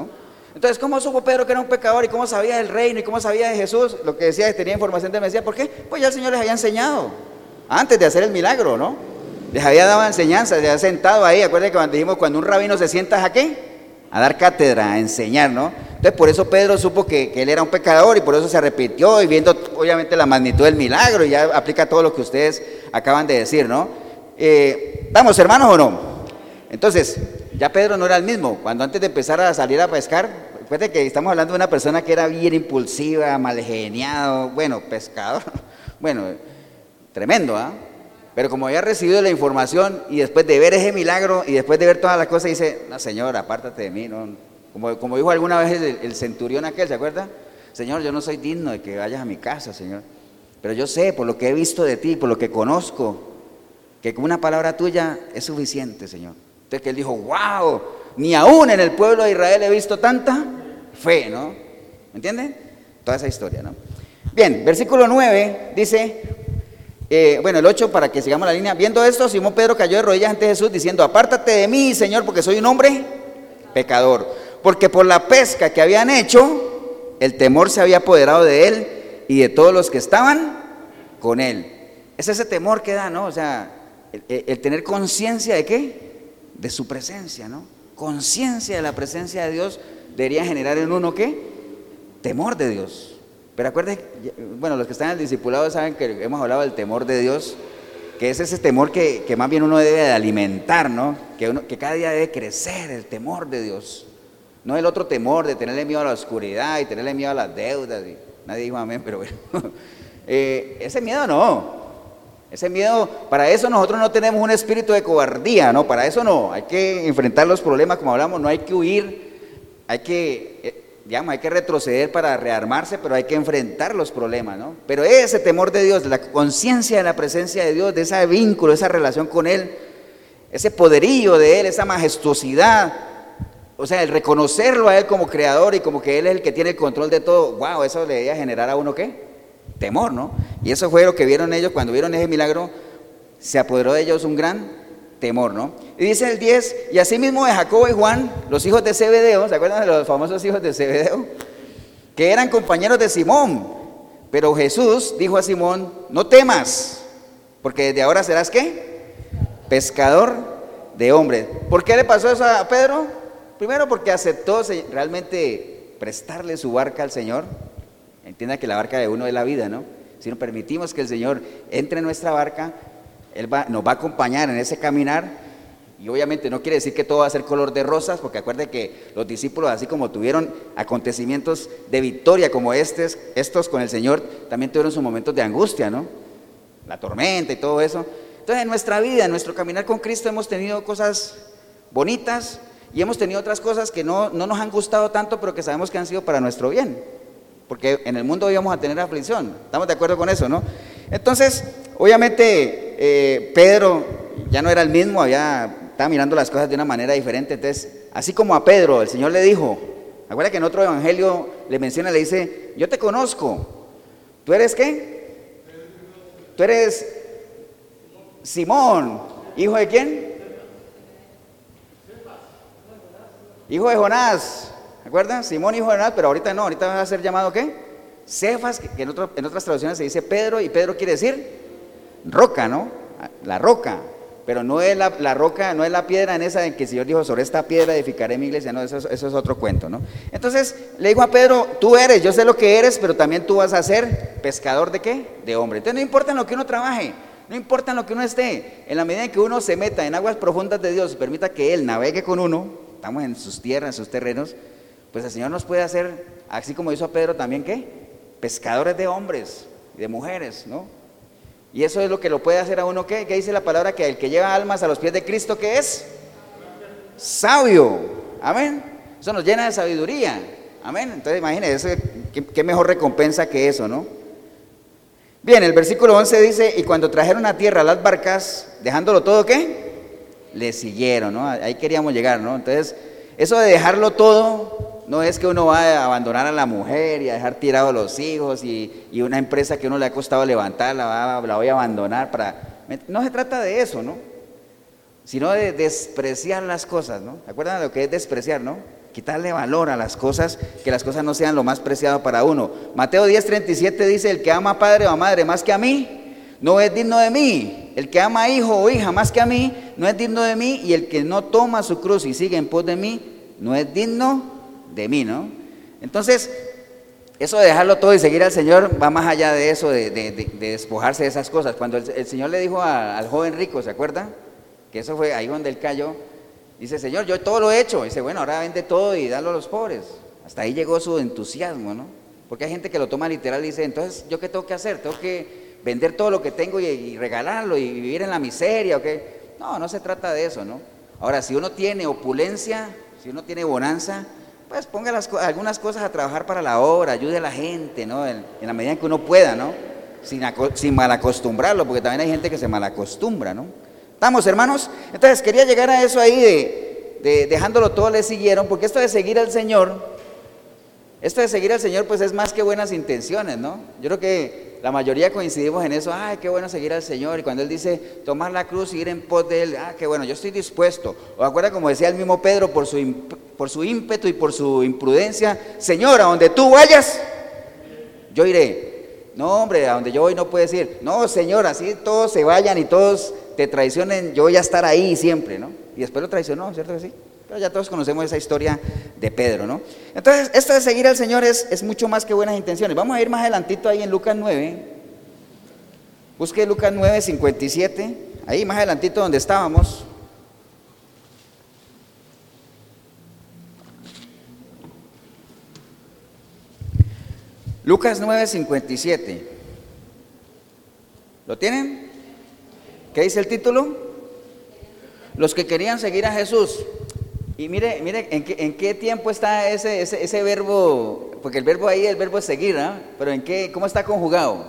Entonces, ¿cómo supo Pedro que era un pecador y cómo sabía del reino y cómo sabía de Jesús? Lo que decía es que tenía información del Mesías. ¿Por qué? Pues ya el Señor les había enseñado antes de hacer el milagro, ¿no? Les había dado enseñanza, les había sentado ahí. Acuérdense que cuando dijimos, cuando un rabino se sienta, ¿a qué? A dar cátedra, a enseñar, ¿no? Entonces, por eso Pedro supo que él era un pecador y por eso se arrepintió y viendo, obviamente, la magnitud del milagro, y ya aplica todo lo que ustedes acaban de decir, ¿no? ¿Vamos, hermanos, o no? Entonces, ya Pedro no era el mismo. Cuando antes de empezar a salir a pescar, recuerden que estamos hablando de una persona que era bien impulsiva, malgeniado, bueno, pescador, bueno, tremendo, ¿ah? Pero como había recibido la información y después de ver ese milagro y después de ver todas las cosas, dice, no, Señor, apártate de mí, no. Como dijo alguna vez el centurión aquel, ¿se acuerda? Señor, yo no soy digno de que vayas a mi casa, Señor, pero yo sé, por lo que he visto de ti, por lo que conozco, que con una palabra tuya es suficiente, Señor. Entonces que él dijo, wow, ni aún en el pueblo de Israel he visto tanta fe, ¿no? ¿Me entienden? Toda esa historia, ¿no? Bien, versículo 9 dice, bueno, el 8 para que sigamos la línea. Viendo esto, Simón Pedro cayó de rodillas ante Jesús diciendo, apártate de mí, Señor, porque soy un hombre pecador. Porque por la pesca que habían hecho, el temor se había apoderado de él y de todos los que estaban con él. Es ese temor que da, ¿no? O sea, el tener conciencia de ¿qué? De su presencia, ¿no? Conciencia de la presencia de Dios debería generar en uno ¿qué? Temor de Dios. Pero acuérdense, bueno, los que están en el discipulado saben que hemos hablado del temor de Dios, que es ese temor que más bien uno debe de alimentar, ¿no? Que cada día debe crecer el temor de Dios. No el otro temor de tenerle miedo a la oscuridad y tenerle miedo a las deudas. Y nadie dijo amén, pero bueno. Ese miedo no. Ese miedo, para eso nosotros no tenemos un espíritu de cobardía, ¿no? Para eso no. Hay que enfrentar los problemas, como hablamos, no hay que huir, hay que retroceder para rearmarse, pero hay que enfrentar los problemas, ¿no? Pero ese temor de Dios, la conciencia de la presencia de Dios, de ese vínculo, esa relación con Él, ese poderío de Él, esa majestuosidad, o sea, el reconocerlo a Él como creador y como que Él es el que tiene el control de todo, wow, eso le debía generar a uno ¿qué? Temor, ¿no? Y eso fue lo que vieron ellos cuando vieron ese milagro, se apoderó de ellos un gran temor, ¿no? Y dice el 10, y asimismo de Jacobo y Juan, los hijos de Zebedeo, ¿se acuerdan de los famosos hijos de Zebedeo? Que eran compañeros de Simón, pero Jesús dijo a Simón, no temas, porque desde ahora serás ¿qué? Pescador de hombres. ¿Por qué le pasó eso a Pedro? Primero porque aceptó realmente prestarle su barca al Señor. Entienda que la barca de uno es la vida, ¿no? Si nos permitimos que el Señor entre en nuestra barca, Él nos va a acompañar en ese caminar, y obviamente no quiere decir que todo va a ser color de rosas, porque acuérdense que los discípulos, así como tuvieron acontecimientos de victoria como estos con el Señor, también tuvieron sus momentos de angustia, ¿no? La tormenta y todo eso. Entonces en nuestra vida, en nuestro caminar con Cristo hemos tenido cosas bonitas y hemos tenido otras cosas que no nos han gustado tanto, pero que sabemos que han sido para nuestro bien. Porque en el mundo íbamos a tener aflicción, ¿estamos de acuerdo con eso, no? Entonces, obviamente, Pedro ya no era el mismo, estaba mirando las cosas de una manera diferente. Entonces, así como a Pedro, el Señor le dijo, acuérdate que en otro evangelio le menciona, le dice, yo te conozco, ¿tú eres qué? Tú eres Simón, ¿hijo de quién? Hijo de Jonás. ¿Se acuerdan? Simón, hijo de Jonás, pero ahorita no, ahorita va a ser llamado ¿qué? Cefas, que en otras traducciones se dice Pedro, y Pedro quiere decir roca, ¿no? La roca, pero no es la roca, no es la piedra en esa en que el Señor dijo, sobre esta piedra edificaré mi iglesia, no, eso es otro cuento, ¿no? Entonces le dijo a Pedro, tú eres, yo sé lo que eres, pero también tú vas a ser pescador ¿de qué? De hombre. Entonces no importa en lo que uno trabaje, no importa en lo que uno esté, en la medida en que uno se meta en aguas profundas de Dios y permita que Él navegue con uno, estamos en sus tierras, en sus terrenos, pues el Señor nos puede hacer, así como hizo a Pedro también, ¿qué? Pescadores de hombres y de mujeres, ¿no? Y eso es lo que lo puede hacer a uno, ¿qué? ¿Qué dice la palabra? Que el que lleva almas a los pies de Cristo, ¿qué es? Sabio, amén. Eso nos llena de sabiduría, amén. Entonces imagínense, qué mejor recompensa que eso, ¿no? Bien, el versículo 11 dice, y cuando trajeron a tierra las barcas, dejándolo todo, ¿qué? Le siguieron, ¿no? Ahí queríamos llegar, ¿no? Entonces, eso de dejarlo todo no es que uno va a abandonar a la mujer y a dejar tirados a los hijos y una empresa que uno le ha costado levantar, la voy a abandonar no se trata de eso, ¿no? Sino de despreciar las cosas, ¿no? ¿Se acuerdan de lo que es despreciar, no? quitarle valor a las cosas, que las cosas no sean lo más preciado para uno. Mateo 10:37 dice, el que ama a padre o a madre más que a mí, no es digno de mí. El que ama a hijo o hija más que a mí, no es digno de mí. Y el que no toma su cruz y sigue en pos de mí, no es digno de mí, ¿no? Entonces, eso de dejarlo todo y seguir al Señor va más allá de eso, de despojarse de esas cosas. Cuando el Señor le dijo al joven rico, ¿se acuerda? Que eso fue ahí donde él cayó. Dice, Señor, yo todo lo he hecho. Dice, bueno, ahora vende todo y dalo a los pobres. Hasta ahí llegó su entusiasmo, ¿no? Porque hay gente que lo toma literal y dice, entonces, ¿yo qué tengo que hacer? ¿Tengo que vender todo lo que tengo y regalarlo y vivir en la miseria o qué? No, no se trata de eso, ¿no? Ahora, si uno tiene opulencia, si uno tiene bonanza, pues ponga algunas cosas a trabajar para la obra, ayude a la gente, ¿no? En la medida en que uno pueda, ¿no? Sin malacostumbrarlo, porque también hay gente que se malacostumbra, ¿no? ¿Estamos, hermanos? Entonces quería llegar a eso ahí de dejándolo todo le siguieron, porque esto de seguir al Señor pues es más que buenas intenciones, ¿no? Yo creo que la mayoría coincidimos en eso, ay, qué bueno seguir al Señor, y cuando Él dice tomar la cruz y ir en pos de Él, qué bueno, yo estoy dispuesto. O acuerda como decía el mismo Pedro, por su ímpetu y por su imprudencia, Señor, a donde tú vayas, yo iré. No, hombre, a donde yo voy no puedes ir. No, Señor, así todos se vayan y todos te traicionen, yo voy a estar ahí siempre, ¿no? Y después lo traicionó, ¿cierto que sí? Pero ya todos conocemos esa historia de Pedro, ¿no? Entonces, esto de seguir al Señor es mucho más que buenas intenciones. Vamos a ir más adelantito ahí en Lucas 9. Busque Lucas 9:57, ahí más adelantito donde estábamos. Lucas 9:57. ¿Lo tienen? ¿Qué dice el título? Los que querían seguir a Jesús. Y mire en qué tiempo está ese verbo, porque el verbo ahí, el verbo es seguir, ¿no? Pero ¿cómo está conjugado?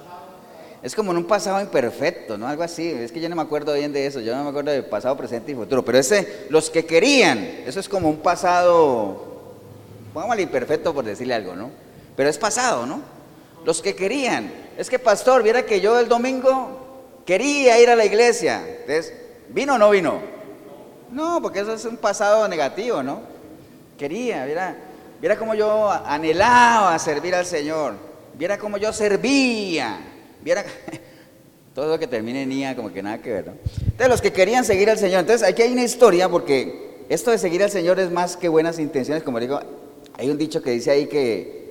Es como en un pasado imperfecto, ¿no? Algo así, es que yo no me acuerdo bien de eso, yo no me acuerdo de pasado, presente y futuro, pero los que querían, eso es como un pasado, pongámosle imperfecto por decirle algo, ¿no? Pero es pasado, ¿no? Los que querían, es que pastor, viera que yo el domingo quería ir a la iglesia, entonces, ¿vino o no vino? No, porque eso es un pasado negativo, ¿no? Quería, viera cómo yo anhelaba servir al Señor, viera cómo yo servía, viera todo lo que termine en IA, como que nada que ver, ¿no? Entonces, los que querían seguir al Señor, entonces aquí hay una historia, porque esto de seguir al Señor es más que buenas intenciones, como digo, hay un dicho que dice ahí que,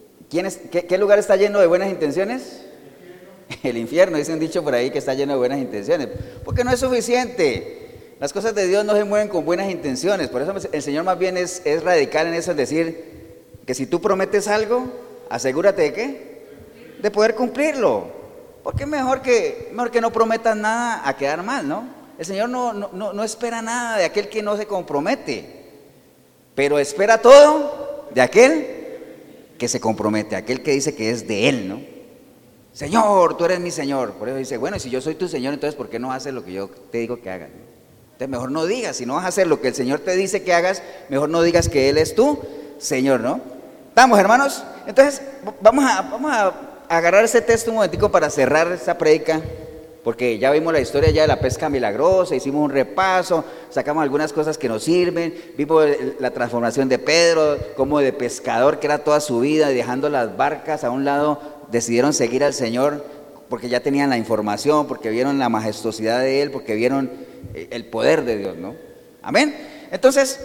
¿qué lugar está lleno de buenas intenciones? El infierno, dice un dicho por ahí que está lleno de buenas intenciones, porque no es suficiente. Las cosas de Dios no se mueven con buenas intenciones, por eso el Señor más bien es radical en eso, es decir, que si tú prometes algo, asegúrate de ¿qué? De poder cumplirlo, porque mejor que no prometas nada a quedar mal, ¿no? El Señor no espera nada de aquel que no se compromete, pero espera todo de aquel que se compromete, aquel que dice que es de Él, ¿no? Señor, tú eres mi Señor, por eso dice, bueno, y si yo soy tu Señor, entonces ¿por qué no haces lo que yo te digo que hagas? Entonces mejor no digas, si no vas a hacer lo que el Señor te dice que hagas, mejor no digas que Él es tu Señor, ¿no? ¿Estamos, hermanos? Entonces vamos a agarrar ese texto un momentico para cerrar esta prédica, porque ya vimos la historia ya de la pesca milagrosa, hicimos un repaso, sacamos algunas cosas que nos sirven, vimos la transformación de Pedro, como de pescador que era toda su vida, y dejando las barcas a un lado, decidieron seguir al Señor, porque ya tenían la información, porque vieron la majestuosidad de Él, porque vieron el poder de Dios, ¿no? Amén. Entonces,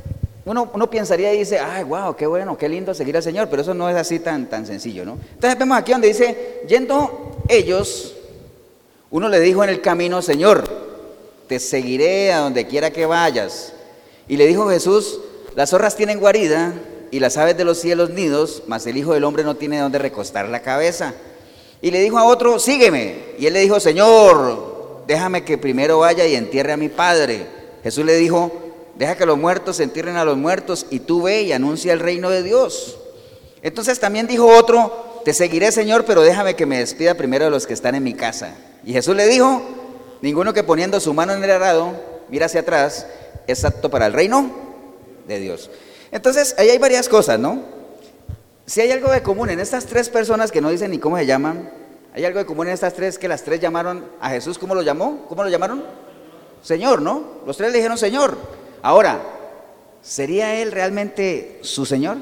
uno pensaría y dice, ay, wow, qué bueno, qué lindo seguir al Señor, pero eso no es así tan sencillo, ¿no? Entonces vemos aquí donde dice, yendo ellos, uno le dijo en el camino, Señor, te seguiré a donde quiera que vayas. Y le dijo Jesús, las zorras tienen guarida y las aves de los cielos nidos, mas el Hijo del Hombre no tiene donde recostar la cabeza. Y le dijo a otro, sígueme. Y él le dijo, Señor, déjame que primero vaya y entierre a mi padre. Jesús le dijo, deja que los muertos entierren a los muertos y tú ve y anuncia el reino de Dios. Entonces también dijo otro, te seguiré, Señor, pero déjame que me despida primero de los que están en mi casa. Y Jesús le dijo, ninguno que poniendo su mano en el arado, mira hacia atrás, es apto para el reino de Dios. Entonces ahí hay varias cosas, ¿no? Si hay algo de común en estas tres personas que no dicen ni cómo se llaman, hay algo de común en estas tres, que las tres llamaron a Jesús, ¿cómo lo llamó? ¿Cómo lo llamaron? Señor, ¿no? Los tres le dijeron Señor. Ahora, ¿sería él realmente su Señor?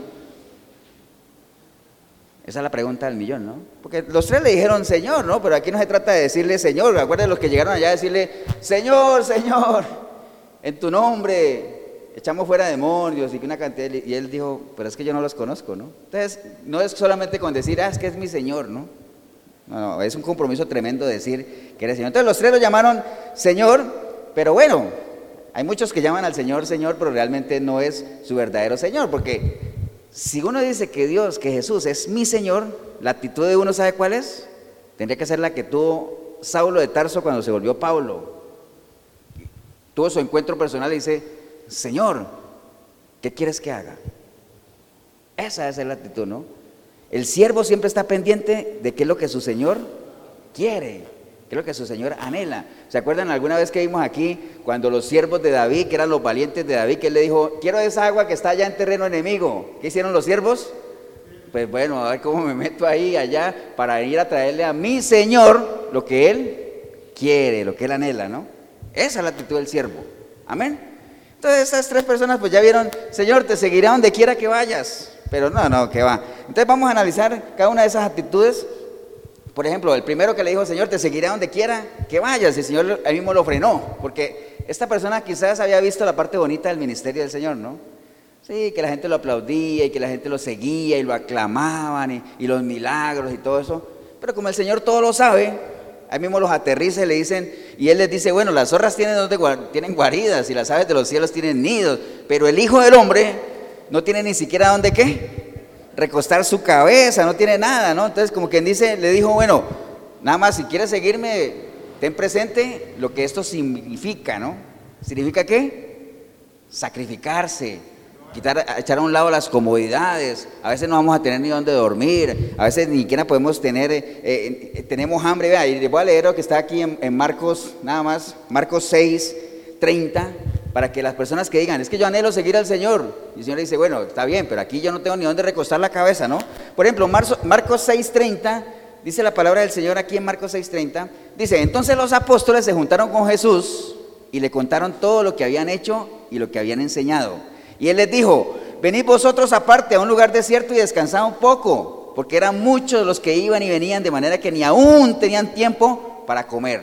Esa es la pregunta del millón, ¿no? Porque los tres le dijeron Señor, ¿no? Pero aquí no se trata de decirle Señor. Acuérdense los que llegaron allá a decirle Señor, Señor, en tu nombre echamos fuera demonios y que una cantidad. Y él dijo, pero es que yo no los conozco, ¿no? Entonces, no es solamente con decir, es que es mi Señor, ¿no? No, es un compromiso tremendo decir que eres Señor. Entonces los tres lo llamaron Señor, pero bueno, hay muchos que llaman al Señor Señor, pero realmente no es su verdadero Señor, porque si uno dice que Dios, que Jesús es mi Señor, la actitud de uno, ¿sabe cuál es? Tendría que ser la que tuvo Saulo de Tarso cuando se volvió Pablo. Tuvo su encuentro personal y dice, Señor, ¿qué quieres que haga? Esa es la actitud, ¿no? El siervo siempre está pendiente de qué es lo que su Señor quiere, qué es lo que su Señor anhela. ¿Se acuerdan alguna vez que vimos aquí cuando los siervos de David, que eran los valientes de David, que él le dijo, quiero esa agua que está allá en terreno enemigo? ¿Qué hicieron los siervos? Pues bueno, a ver cómo me meto ahí, allá, para ir a traerle a mi Señor lo que Él quiere, lo que Él anhela, ¿no? Esa es la actitud del siervo. Amén. Entonces estas tres personas pues ya vieron, Señor, te seguiré donde quiera que vayas. Pero no, que va. Entonces vamos a analizar cada una de esas actitudes. Por ejemplo, el primero que le dijo, Señor, te seguiré donde quiera que vayas. Y el Señor ahí mismo lo frenó, porque esta persona quizás había visto la parte bonita del ministerio del Señor, ¿no? Sí, que la gente lo aplaudía y que la gente lo seguía y lo aclamaban y los milagros y todo eso. Pero como el Señor todo lo sabe, ahí mismo los aterriza y le dicen, y Él les dice, bueno, las zorras tienen guaridas y las aves de los cielos tienen nidos, pero el Hijo del Hombre no tiene ni siquiera dónde, ¿qué? Recostar su cabeza, no tiene nada, ¿no? Entonces, como quien dice, le dijo, bueno, nada más si quieres seguirme, ten presente lo que esto significa, ¿no? ¿Significa qué? Sacrificarse, echar a un lado las comodidades. A veces no vamos a tener ni dónde dormir, a veces ni siquiera podemos tenemos hambre. Vea, y les voy a leer lo que está aquí en Marcos, nada más, Marcos 6:30. Para que las personas que digan, es que yo anhelo seguir al Señor. Y el Señor le dice, bueno, está bien, pero aquí yo no tengo ni dónde recostar la cabeza, ¿no? Por ejemplo, Marcos 6:30, dice la palabra del Señor aquí en Marcos 6:30, dice, entonces los apóstoles se juntaron con Jesús y le contaron todo lo que habían hecho y lo que habían enseñado. Y Él les dijo, venid vosotros aparte a un lugar desierto y descansad un poco, porque eran muchos los que iban y venían, de manera que ni aún tenían tiempo para comer.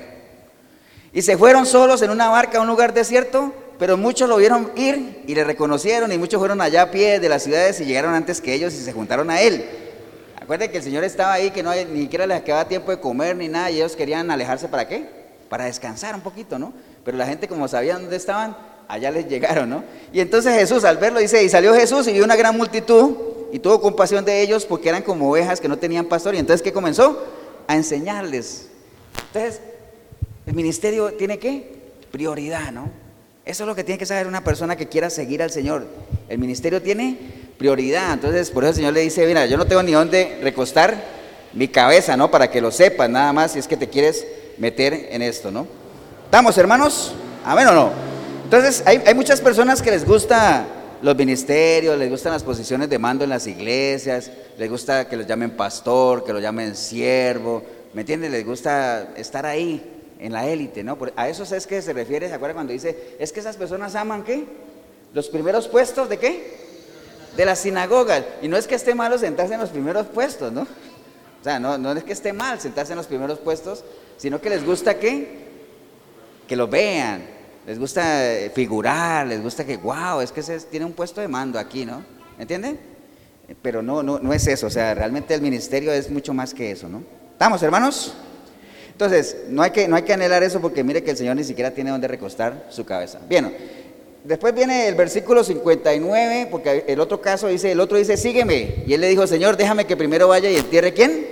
Y se fueron solos en una barca a un lugar desierto, pero muchos lo vieron ir y le reconocieron, y muchos fueron allá a pie de las ciudades y llegaron antes que ellos y se juntaron a Él. Acuérdense que el Señor estaba ahí, que ni siquiera les quedaba tiempo de comer ni nada, y ellos querían alejarse, ¿para qué? Para descansar un poquito, ¿no? Pero la gente, como sabían dónde estaban, allá les llegaron, ¿no? Y entonces Jesús, al verlo, dice, y salió Jesús y vio una gran multitud y tuvo compasión de ellos porque eran como ovejas que no tenían pastor. Y entonces, ¿qué comenzó? A enseñarles. Entonces, el ministerio tiene, ¿qué? Prioridad, ¿no? Eso es lo que tiene que saber una persona que quiera seguir al Señor. El ministerio tiene prioridad. Entonces, por eso el Señor le dice, mira, yo no tengo ni dónde recostar mi cabeza, ¿no? Para que lo sepas, nada más, si es que te quieres meter en esto, ¿no? ¿Estamos, hermanos? ¿Amén o no? Entonces, hay muchas personas que les gusta los ministerios, les gustan las posiciones de mando en las iglesias, les gusta que los llamen pastor, que los llamen siervo, ¿me entiendes? Les gusta estar ahí en la élite, ¿no? A eso es que se refiere, ¿se acuerdan cuando dice, es que esas personas aman, ¿qué? Los primeros puestos, ¿de qué? De las sinagogas. Y no es que esté malo sentarse en los primeros puestos, ¿no? O sea, no es que esté mal sentarse en los primeros puestos, sino que les gusta, ¿qué? Que lo vean, les gusta figurar, les gusta que, wow, es que tiene un puesto de mando aquí, ¿no? ¿Entienden? Pero no es eso, o sea, realmente el ministerio es mucho más que eso, ¿no? ¿Estamos, hermanos? Entonces, no hay que anhelar eso, porque mire que el Señor ni siquiera tiene donde recostar su cabeza. Bien, después viene el versículo 59, porque el otro dice, sígueme. Y él le dijo, Señor, déjame que primero vaya y entierre, ¿quién?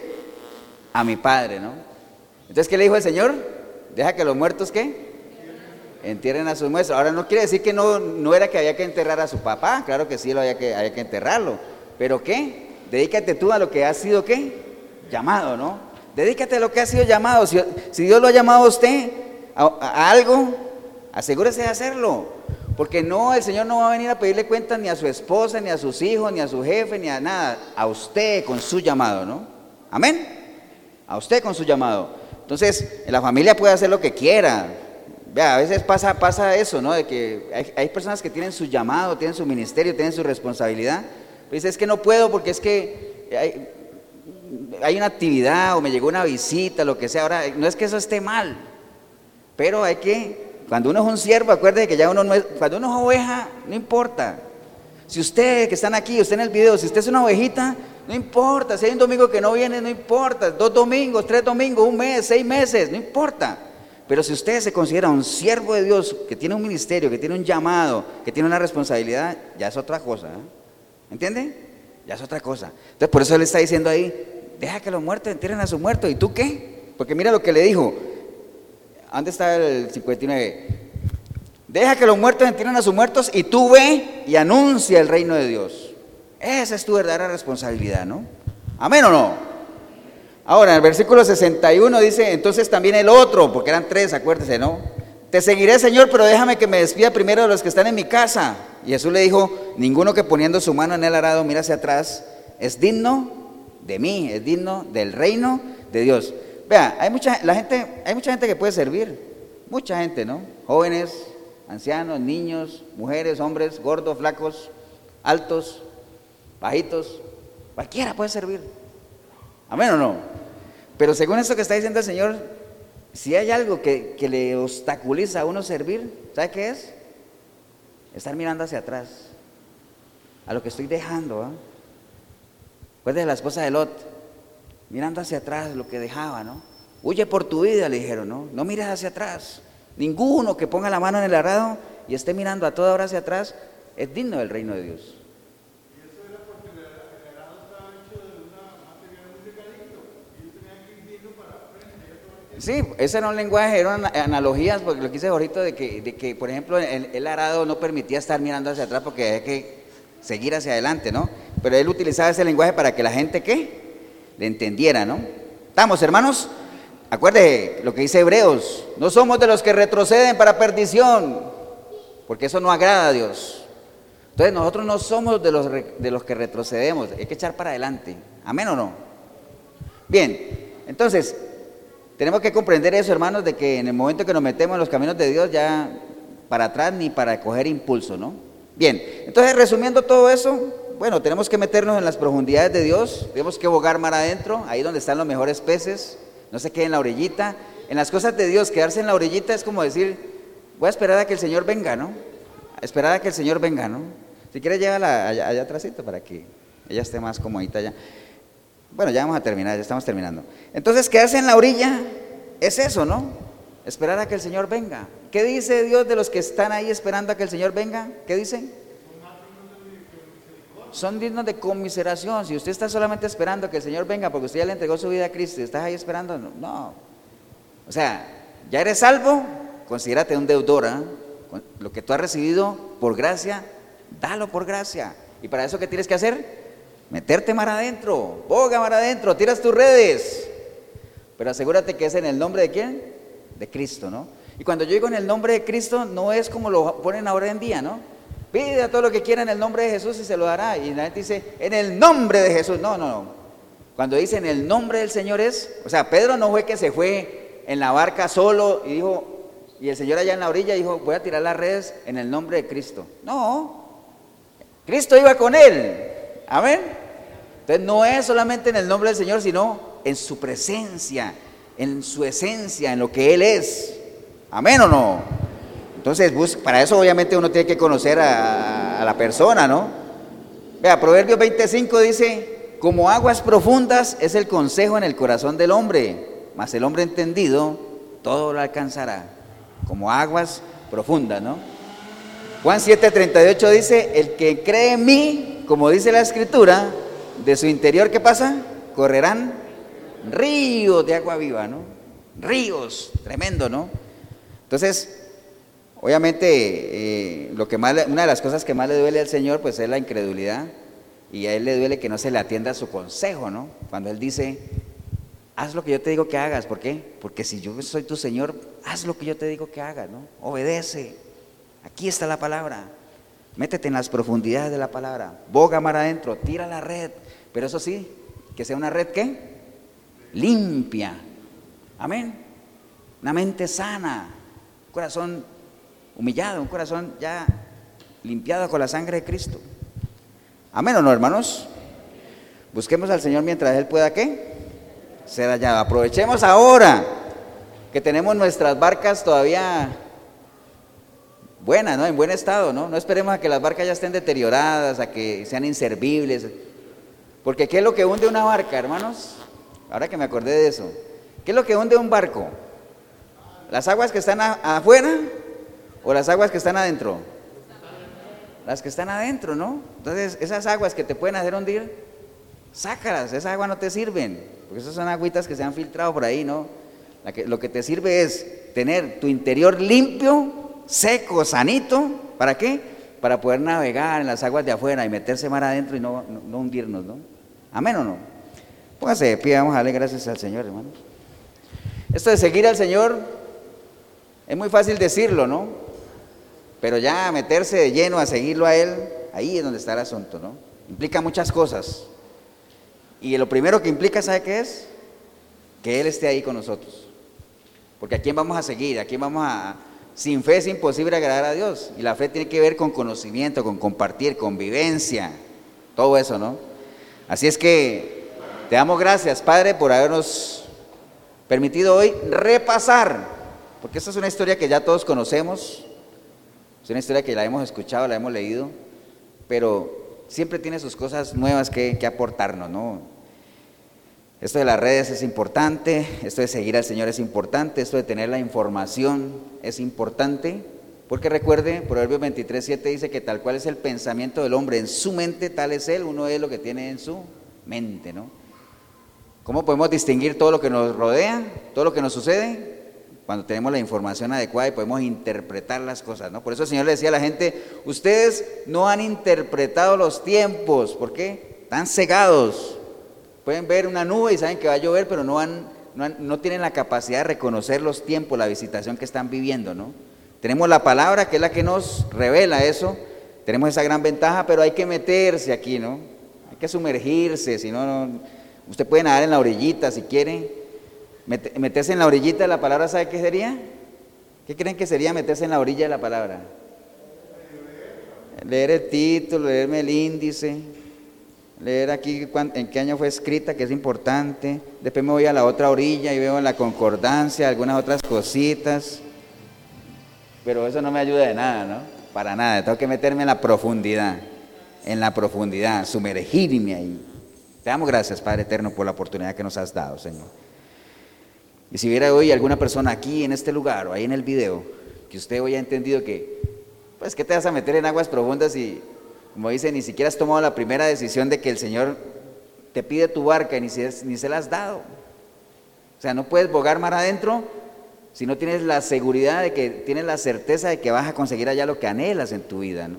A mi padre, ¿no? Entonces, ¿qué le dijo el Señor? Deja que los muertos, ¿qué? Entierren a sus muertos. Ahora, no quiere decir que no era que había que enterrar a su papá, claro que sí, había que enterrarlo. ¿Pero qué? Dedícate tú a lo que has sido, ¿qué? Llamado, ¿no? Dedícate a lo que ha sido llamado. Si Dios lo ha llamado a usted a algo, asegúrese de hacerlo. Porque el Señor no va a venir a pedirle cuentas ni a su esposa, ni a sus hijos, ni a su jefe, ni a nada. A usted con su llamado, ¿no? Amén. A usted con su llamado. Entonces, en la familia puede hacer lo que quiera. Vea, a veces pasa eso, ¿no? De que hay personas que tienen su llamado, tienen su ministerio, tienen su responsabilidad, pero dice, es que no puedo porque es que hay una actividad o me llegó una visita, lo que sea. Ahora, no es que eso esté mal, pero hay que, cuando uno es un siervo, acuérdese que ya uno no es, cuando uno es oveja, no importa. Si usted que están aquí, usted en el video, si usted es una ovejita, no importa. Si hay un domingo que no viene, no importa. 2 domingos, 3 domingos, 1 mes, 6 meses, no importa. Pero si usted se considera un siervo de Dios, que tiene un ministerio, que tiene un llamado, que tiene una responsabilidad, ya es otra cosa, ¿eh? ¿Entiende? Ya es otra cosa. Entonces por eso él está diciendo ahí, deja que los muertos entierren a sus muertos. ¿Y tú qué? Porque mira lo que le dijo. ¿Dónde está el 59? Deja que los muertos entierren a sus muertos y tú ve y anuncia el reino de Dios. Esa es tu verdadera responsabilidad, ¿no? ¿Amén o no? Ahora, en el versículo 61 dice, entonces también el otro, porque eran 3, acuérdese, ¿no? Te seguiré, Señor, pero déjame que me despida primero de los que están en mi casa. Y Jesús le dijo, ninguno que poniendo su mano en el arado mira hacia atrás es digno de mí, es digno del reino de Dios. Vea, hay mucha gente que puede servir, mucha gente, ¿no? Jóvenes, ancianos, niños, mujeres, hombres, gordos, flacos, altos, bajitos, cualquiera puede servir. ¿Amén o no? Pero según esto que está diciendo el Señor, si hay algo que le obstaculiza a uno servir, ¿sabe qué es? Estar mirando hacia atrás, a lo que estoy dejando, ¿eh? Acuérdate de la esposa de Lot, mirando hacia atrás lo que dejaba, ¿no? Huye por tu vida, le dijeron, ¿no? No mires hacia atrás. Ninguno que ponga la mano en el arado y esté mirando a toda hora hacia atrás es digno del reino de Dios. Sí, ese era un lenguaje, eran analogías, porque lo que dice Jorito de que, por ejemplo, el arado no permitía estar mirando hacia atrás porque había que seguir hacia adelante, ¿no? Pero él utilizaba ese lenguaje para que la gente, ¿qué? Le entendiera, ¿no? ¿Estamos, hermanos? Acuérdese lo que dice Hebreos, no somos de los que retroceden para perdición, porque eso no agrada a Dios. Entonces nosotros no somos de los que retrocedemos, hay que echar para adelante. ¿Amén o no? Bien, entonces tenemos que comprender eso, hermanos, de que en el momento que nos metemos en los caminos de Dios, ya para atrás ni para coger impulso, ¿no? Bien, entonces resumiendo todo eso, bueno, tenemos que meternos en las profundidades de Dios, tenemos que bogar mar adentro, ahí donde están los mejores peces, no se quede en la orillita. En las cosas de Dios, quedarse en la orillita es como decir, voy a esperar a que el Señor venga, ¿no? A esperar a que el Señor venga, ¿no? Si quieres llévala allá atrásito para que ella esté más comodita allá. Bueno, ya vamos a terminar, ya estamos terminando. Entonces, quedarse en la orilla es eso, ¿no? Esperar a que el Señor venga. ¿Qué dice Dios de los que están ahí esperando a que el Señor venga? ¿Qué dicen? Son dignos de conmiseración. Si usted está solamente esperando a que el Señor venga porque usted ya le entregó su vida a Cristo y estás ahí esperando, no. O sea, ya eres salvo, considérate un deudor, ¿eh? Lo que tú has recibido por gracia, dalo por gracia. ¿Y para eso qué tienes que hacer? Meterte mar adentro, boga mar adentro, tiras tus redes. Pero asegúrate que es en el nombre de ¿quién? De Cristo, ¿no? Y cuando yo digo en el nombre de Cristo, no es como lo ponen ahora en día, ¿no? Pide a todo lo que quiera en el nombre de Jesús y se lo dará. Y la gente dice, en el nombre de Jesús. No, no, no. Cuando dice en el nombre del Señor es, o sea, Pedro no fue que se fue en la barca solo y dijo, y el Señor allá en la orilla dijo, voy a tirar las redes en el nombre de Cristo. No, Cristo iba con él. Amén. Entonces no es solamente en el nombre del Señor, sino en su presencia, en su esencia, en lo que Él es. Amén o no. Entonces para eso obviamente uno tiene que conocer a la persona, ¿no? Vea, Proverbios 25 dice, como aguas profundas es el consejo en el corazón del hombre, mas el hombre entendido todo lo alcanzará. Como aguas profundas, ¿no? Juan 7:38 dice, el que cree en mí, como dice la Escritura, de su interior, ¿qué pasa? Correrán ríos de agua viva, ¿no? Ríos, tremendo, ¿no? Entonces, obviamente, una de las cosas que más le duele al Señor, pues es la incredulidad, y a Él le duele que no se le atienda a su consejo, ¿no? Cuando Él dice, haz lo que yo te digo que hagas, ¿por qué? Porque si yo soy tu Señor, haz lo que yo te digo que hagas, ¿no? Obedece, aquí está la palabra. Métete en las profundidades de la palabra, boga mar adentro, tira la red, pero eso sí, que sea una red ¿qué? Limpia, amén, una mente sana, un corazón humillado, un corazón ya limpiado con la sangre de Cristo. Amén o no, hermanos. Busquemos al Señor mientras Él pueda, ¿qué? Ser hallado. Aprovechemos ahora que tenemos nuestras barcas todavía buenas, ¿no? En buen estado, ¿no? No esperemos a que las barcas ya estén deterioradas, a que sean inservibles. Porque ¿qué es lo que hunde una barca, hermanos? Ahora que me acordé de eso. ¿Qué es lo que hunde un barco? ¿Las aguas que están afuera o las aguas que están adentro? Las que están adentro, ¿no? Entonces, esas aguas que te pueden hacer hundir, sácalas, esas aguas no te sirven, porque esas son agüitas que se han filtrado por ahí, ¿no? Lo que te sirve es tener tu interior limpio, seco, sanito, ¿para qué? Para poder navegar en las aguas de afuera y meterse mar adentro y no hundirnos, ¿no? ¿Amén o no? Póngase de pie, vamos a darle gracias al Señor, hermano. Esto de seguir al Señor es muy fácil decirlo, ¿no? Pero ya meterse de lleno a seguirlo a Él, ahí es donde está el asunto, ¿no? Implica muchas cosas. Y lo primero que implica, ¿sabe qué es? Que Él esté ahí con nosotros. Porque ¿a quién vamos a seguir? ¿A quién vamos a...? Sin fe es imposible agradar a Dios. Y la fe tiene que ver con conocimiento, con compartir, convivencia, todo eso, ¿no? Así es que te damos gracias, Padre, por habernos permitido hoy repasar, porque esta es una historia que ya todos conocemos. Es una historia que la hemos escuchado, la hemos leído, pero siempre tiene sus cosas nuevas que aportarnos, ¿no? Esto de las redes es importante, esto de seguir al Señor es importante, esto de tener la información es importante, porque recuerde, Proverbios 23:7 dice que tal cual es el pensamiento del hombre en su mente, tal es él, uno es lo que tiene en su mente, ¿no? ¿Cómo podemos distinguir todo lo que nos rodea, todo lo que nos sucede? Cuando tenemos la información adecuada y podemos interpretar las cosas, ¿no? Por eso el Señor le decía a la gente, ustedes no han interpretado los tiempos, ¿por qué? Están cegados, pueden ver una nube y saben que va a llover, pero no tienen la capacidad de reconocer los tiempos, la visitación que están viviendo, ¿no? Tenemos la palabra que es la que nos revela eso, tenemos esa gran ventaja, pero hay que meterse aquí, ¿no? Hay que sumergirse, si no, usted puede nadar en la orillita si quiere. Meterse en la orillita de la palabra, ¿sabe qué sería? ¿Qué creen que sería meterse en la orilla de la palabra? Leer el título, leerme el índice, leer aquí en qué año fue escrita, que es importante. Después me voy a la otra orilla y veo la concordancia, algunas otras cositas. Pero eso no me ayuda de nada, ¿no? Para nada, tengo que meterme en la profundidad, sumergirme ahí. Te damos gracias, Padre eterno, por la oportunidad que nos has dado, Señor. Y si hubiera hoy alguna persona aquí en este lugar o ahí en el video, que usted hoy ha entendido que, pues, ¿qué te vas a meter en aguas profundas y, como dice, ni siquiera has tomado la primera decisión de que el Señor te pide tu barca y ni se la has dado? O sea, no puedes bogar mar adentro si no tienes la seguridad de que, tienes la certeza de que vas a conseguir allá lo que anhelas en tu vida, ¿no?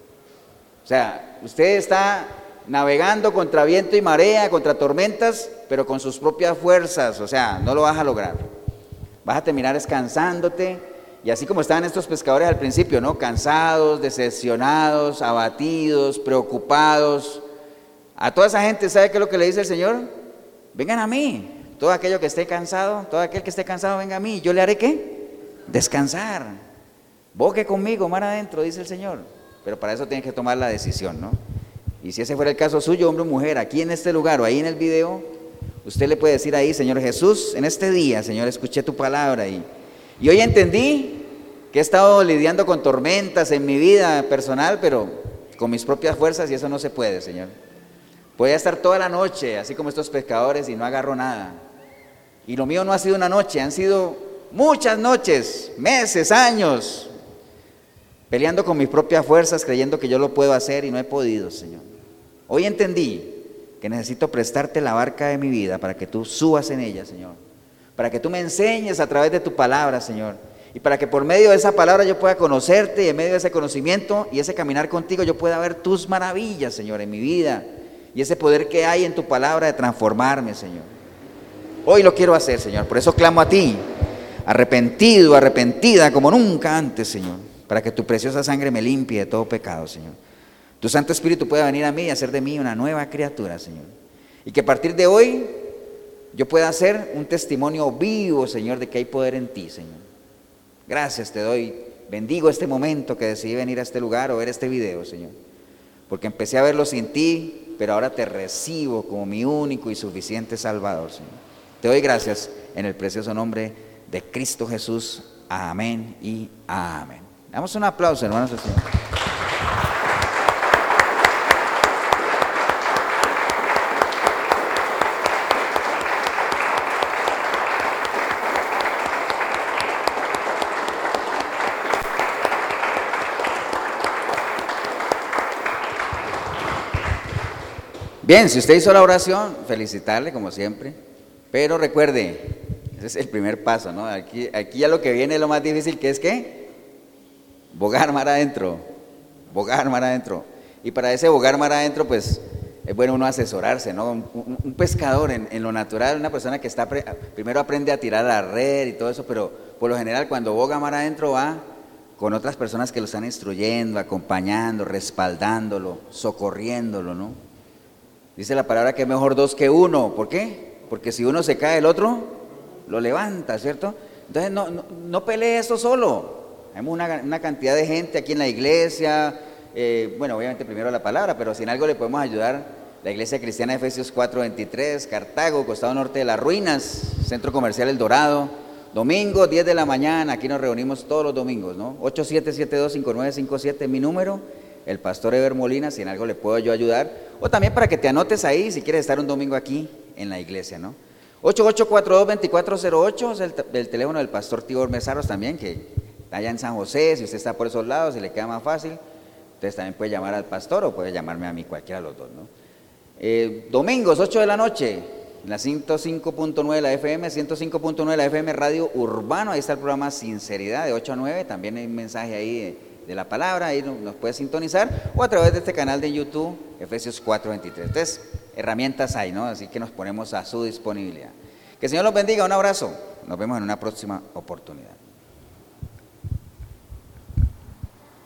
O sea, usted está navegando contra viento y marea, contra tormentas, pero con sus propias fuerzas, o sea, no lo vas a lograr. Vas a terminar descansándote, y así como estaban estos pescadores al principio, ¿no? Cansados, decepcionados, abatidos, preocupados. A toda esa gente, ¿sabe qué es lo que le dice el Señor? Vengan a mí, todo aquello que esté cansado, todo aquel que esté cansado, venga a mí, yo le haré ¿qué? Descansar. Bogue conmigo, mar adentro, dice el Señor. Pero para eso tiene que tomar la decisión, ¿no? Y si ese fuera el caso suyo, hombre o mujer, aquí en este lugar o ahí en el video, usted le puede decir ahí, Señor Jesús, en este día, Señor, escuché tu palabra y hoy entendí que he estado lidiando con tormentas en mi vida personal, pero con mis propias fuerzas y eso no se puede, Señor. Podía estar toda la noche, así como estos pescadores, y no agarro nada. Y lo mío no ha sido una noche, han sido muchas noches, meses, años, peleando con mis propias fuerzas, creyendo que yo lo puedo hacer y no he podido, Señor. Hoy entendí que necesito prestarte la barca de mi vida para que tú subas en ella, Señor. Para que tú me enseñes a través de tu palabra, Señor. Y para que por medio de esa palabra yo pueda conocerte y en medio de ese conocimiento y ese caminar contigo yo pueda ver tus maravillas, Señor, en mi vida. Y ese poder que hay en tu palabra de transformarme, Señor. Hoy lo quiero hacer, Señor. Por eso clamo a ti, arrepentido, arrepentida como nunca antes, Señor. Para que tu preciosa sangre me limpie de todo pecado, Señor. Tu Santo Espíritu pueda venir a mí y hacer de mí una nueva criatura, Señor. Y que a partir de hoy yo pueda hacer un testimonio vivo, Señor, de que hay poder en ti, Señor. Gracias te doy. Bendigo este momento que decidí venir a este lugar o ver este video, Señor. Porque empecé a verlo sin ti, pero ahora te recibo como mi único y suficiente Salvador, Señor. Te doy gracias en el precioso nombre de Cristo Jesús. Amén y amén. Damos un aplauso, hermanos, al Señor. Bien, si usted hizo la oración, felicitarle como siempre, pero recuerde, ese es el primer paso, ¿no? Aquí ya lo que viene es lo más difícil, que es ¿qué? Bogar mar adentro, bogar mar adentro. Y para ese bogar mar adentro, pues es bueno uno asesorarse, ¿no? Un pescador en lo natural, una persona que primero aprende a tirar la red y todo eso, pero por lo general cuando boga mar adentro va con otras personas que lo están instruyendo, acompañando, respaldándolo, socorriéndolo, ¿no? Dice la palabra que es mejor dos que uno. ¿Por qué? Porque si uno se cae, el otro lo levanta, ¿cierto? Entonces no pelee esto solo. Hay una cantidad de gente aquí en la iglesia. Bueno, obviamente primero la palabra, pero si en algo le podemos ayudar, la iglesia cristiana de Efesios 4:23, Cartago, costado norte de las ruinas, centro comercial El Dorado. Domingo, 10 de la mañana, aquí nos reunimos todos los domingos, ¿no? 8772-5957, mi número. El pastor Eber Molina, si en algo le puedo yo ayudar, o también para que te anotes ahí si quieres estar un domingo aquí en la iglesia, ¿no? 8842-2408 es el teléfono del pastor Tibor Mesaros también, que está allá en San José. Si usted está por esos lados, si le queda más fácil, entonces también puede llamar al pastor o puede llamarme a mí, cualquiera de los dos, ¿no? Domingos, 8 de la noche, en la 105.9 de la FM, 105.9 de la FM Radio Urbano, ahí está el programa Sinceridad de 8 a 9, también hay un mensaje ahí de la palabra, ahí nos puede sintonizar, o a través de este canal de YouTube, Efesios 4:23. Entonces, herramientas hay, ¿no? Así que nos ponemos a su disponibilidad. Que el Señor los bendiga, un abrazo, nos vemos en una próxima oportunidad.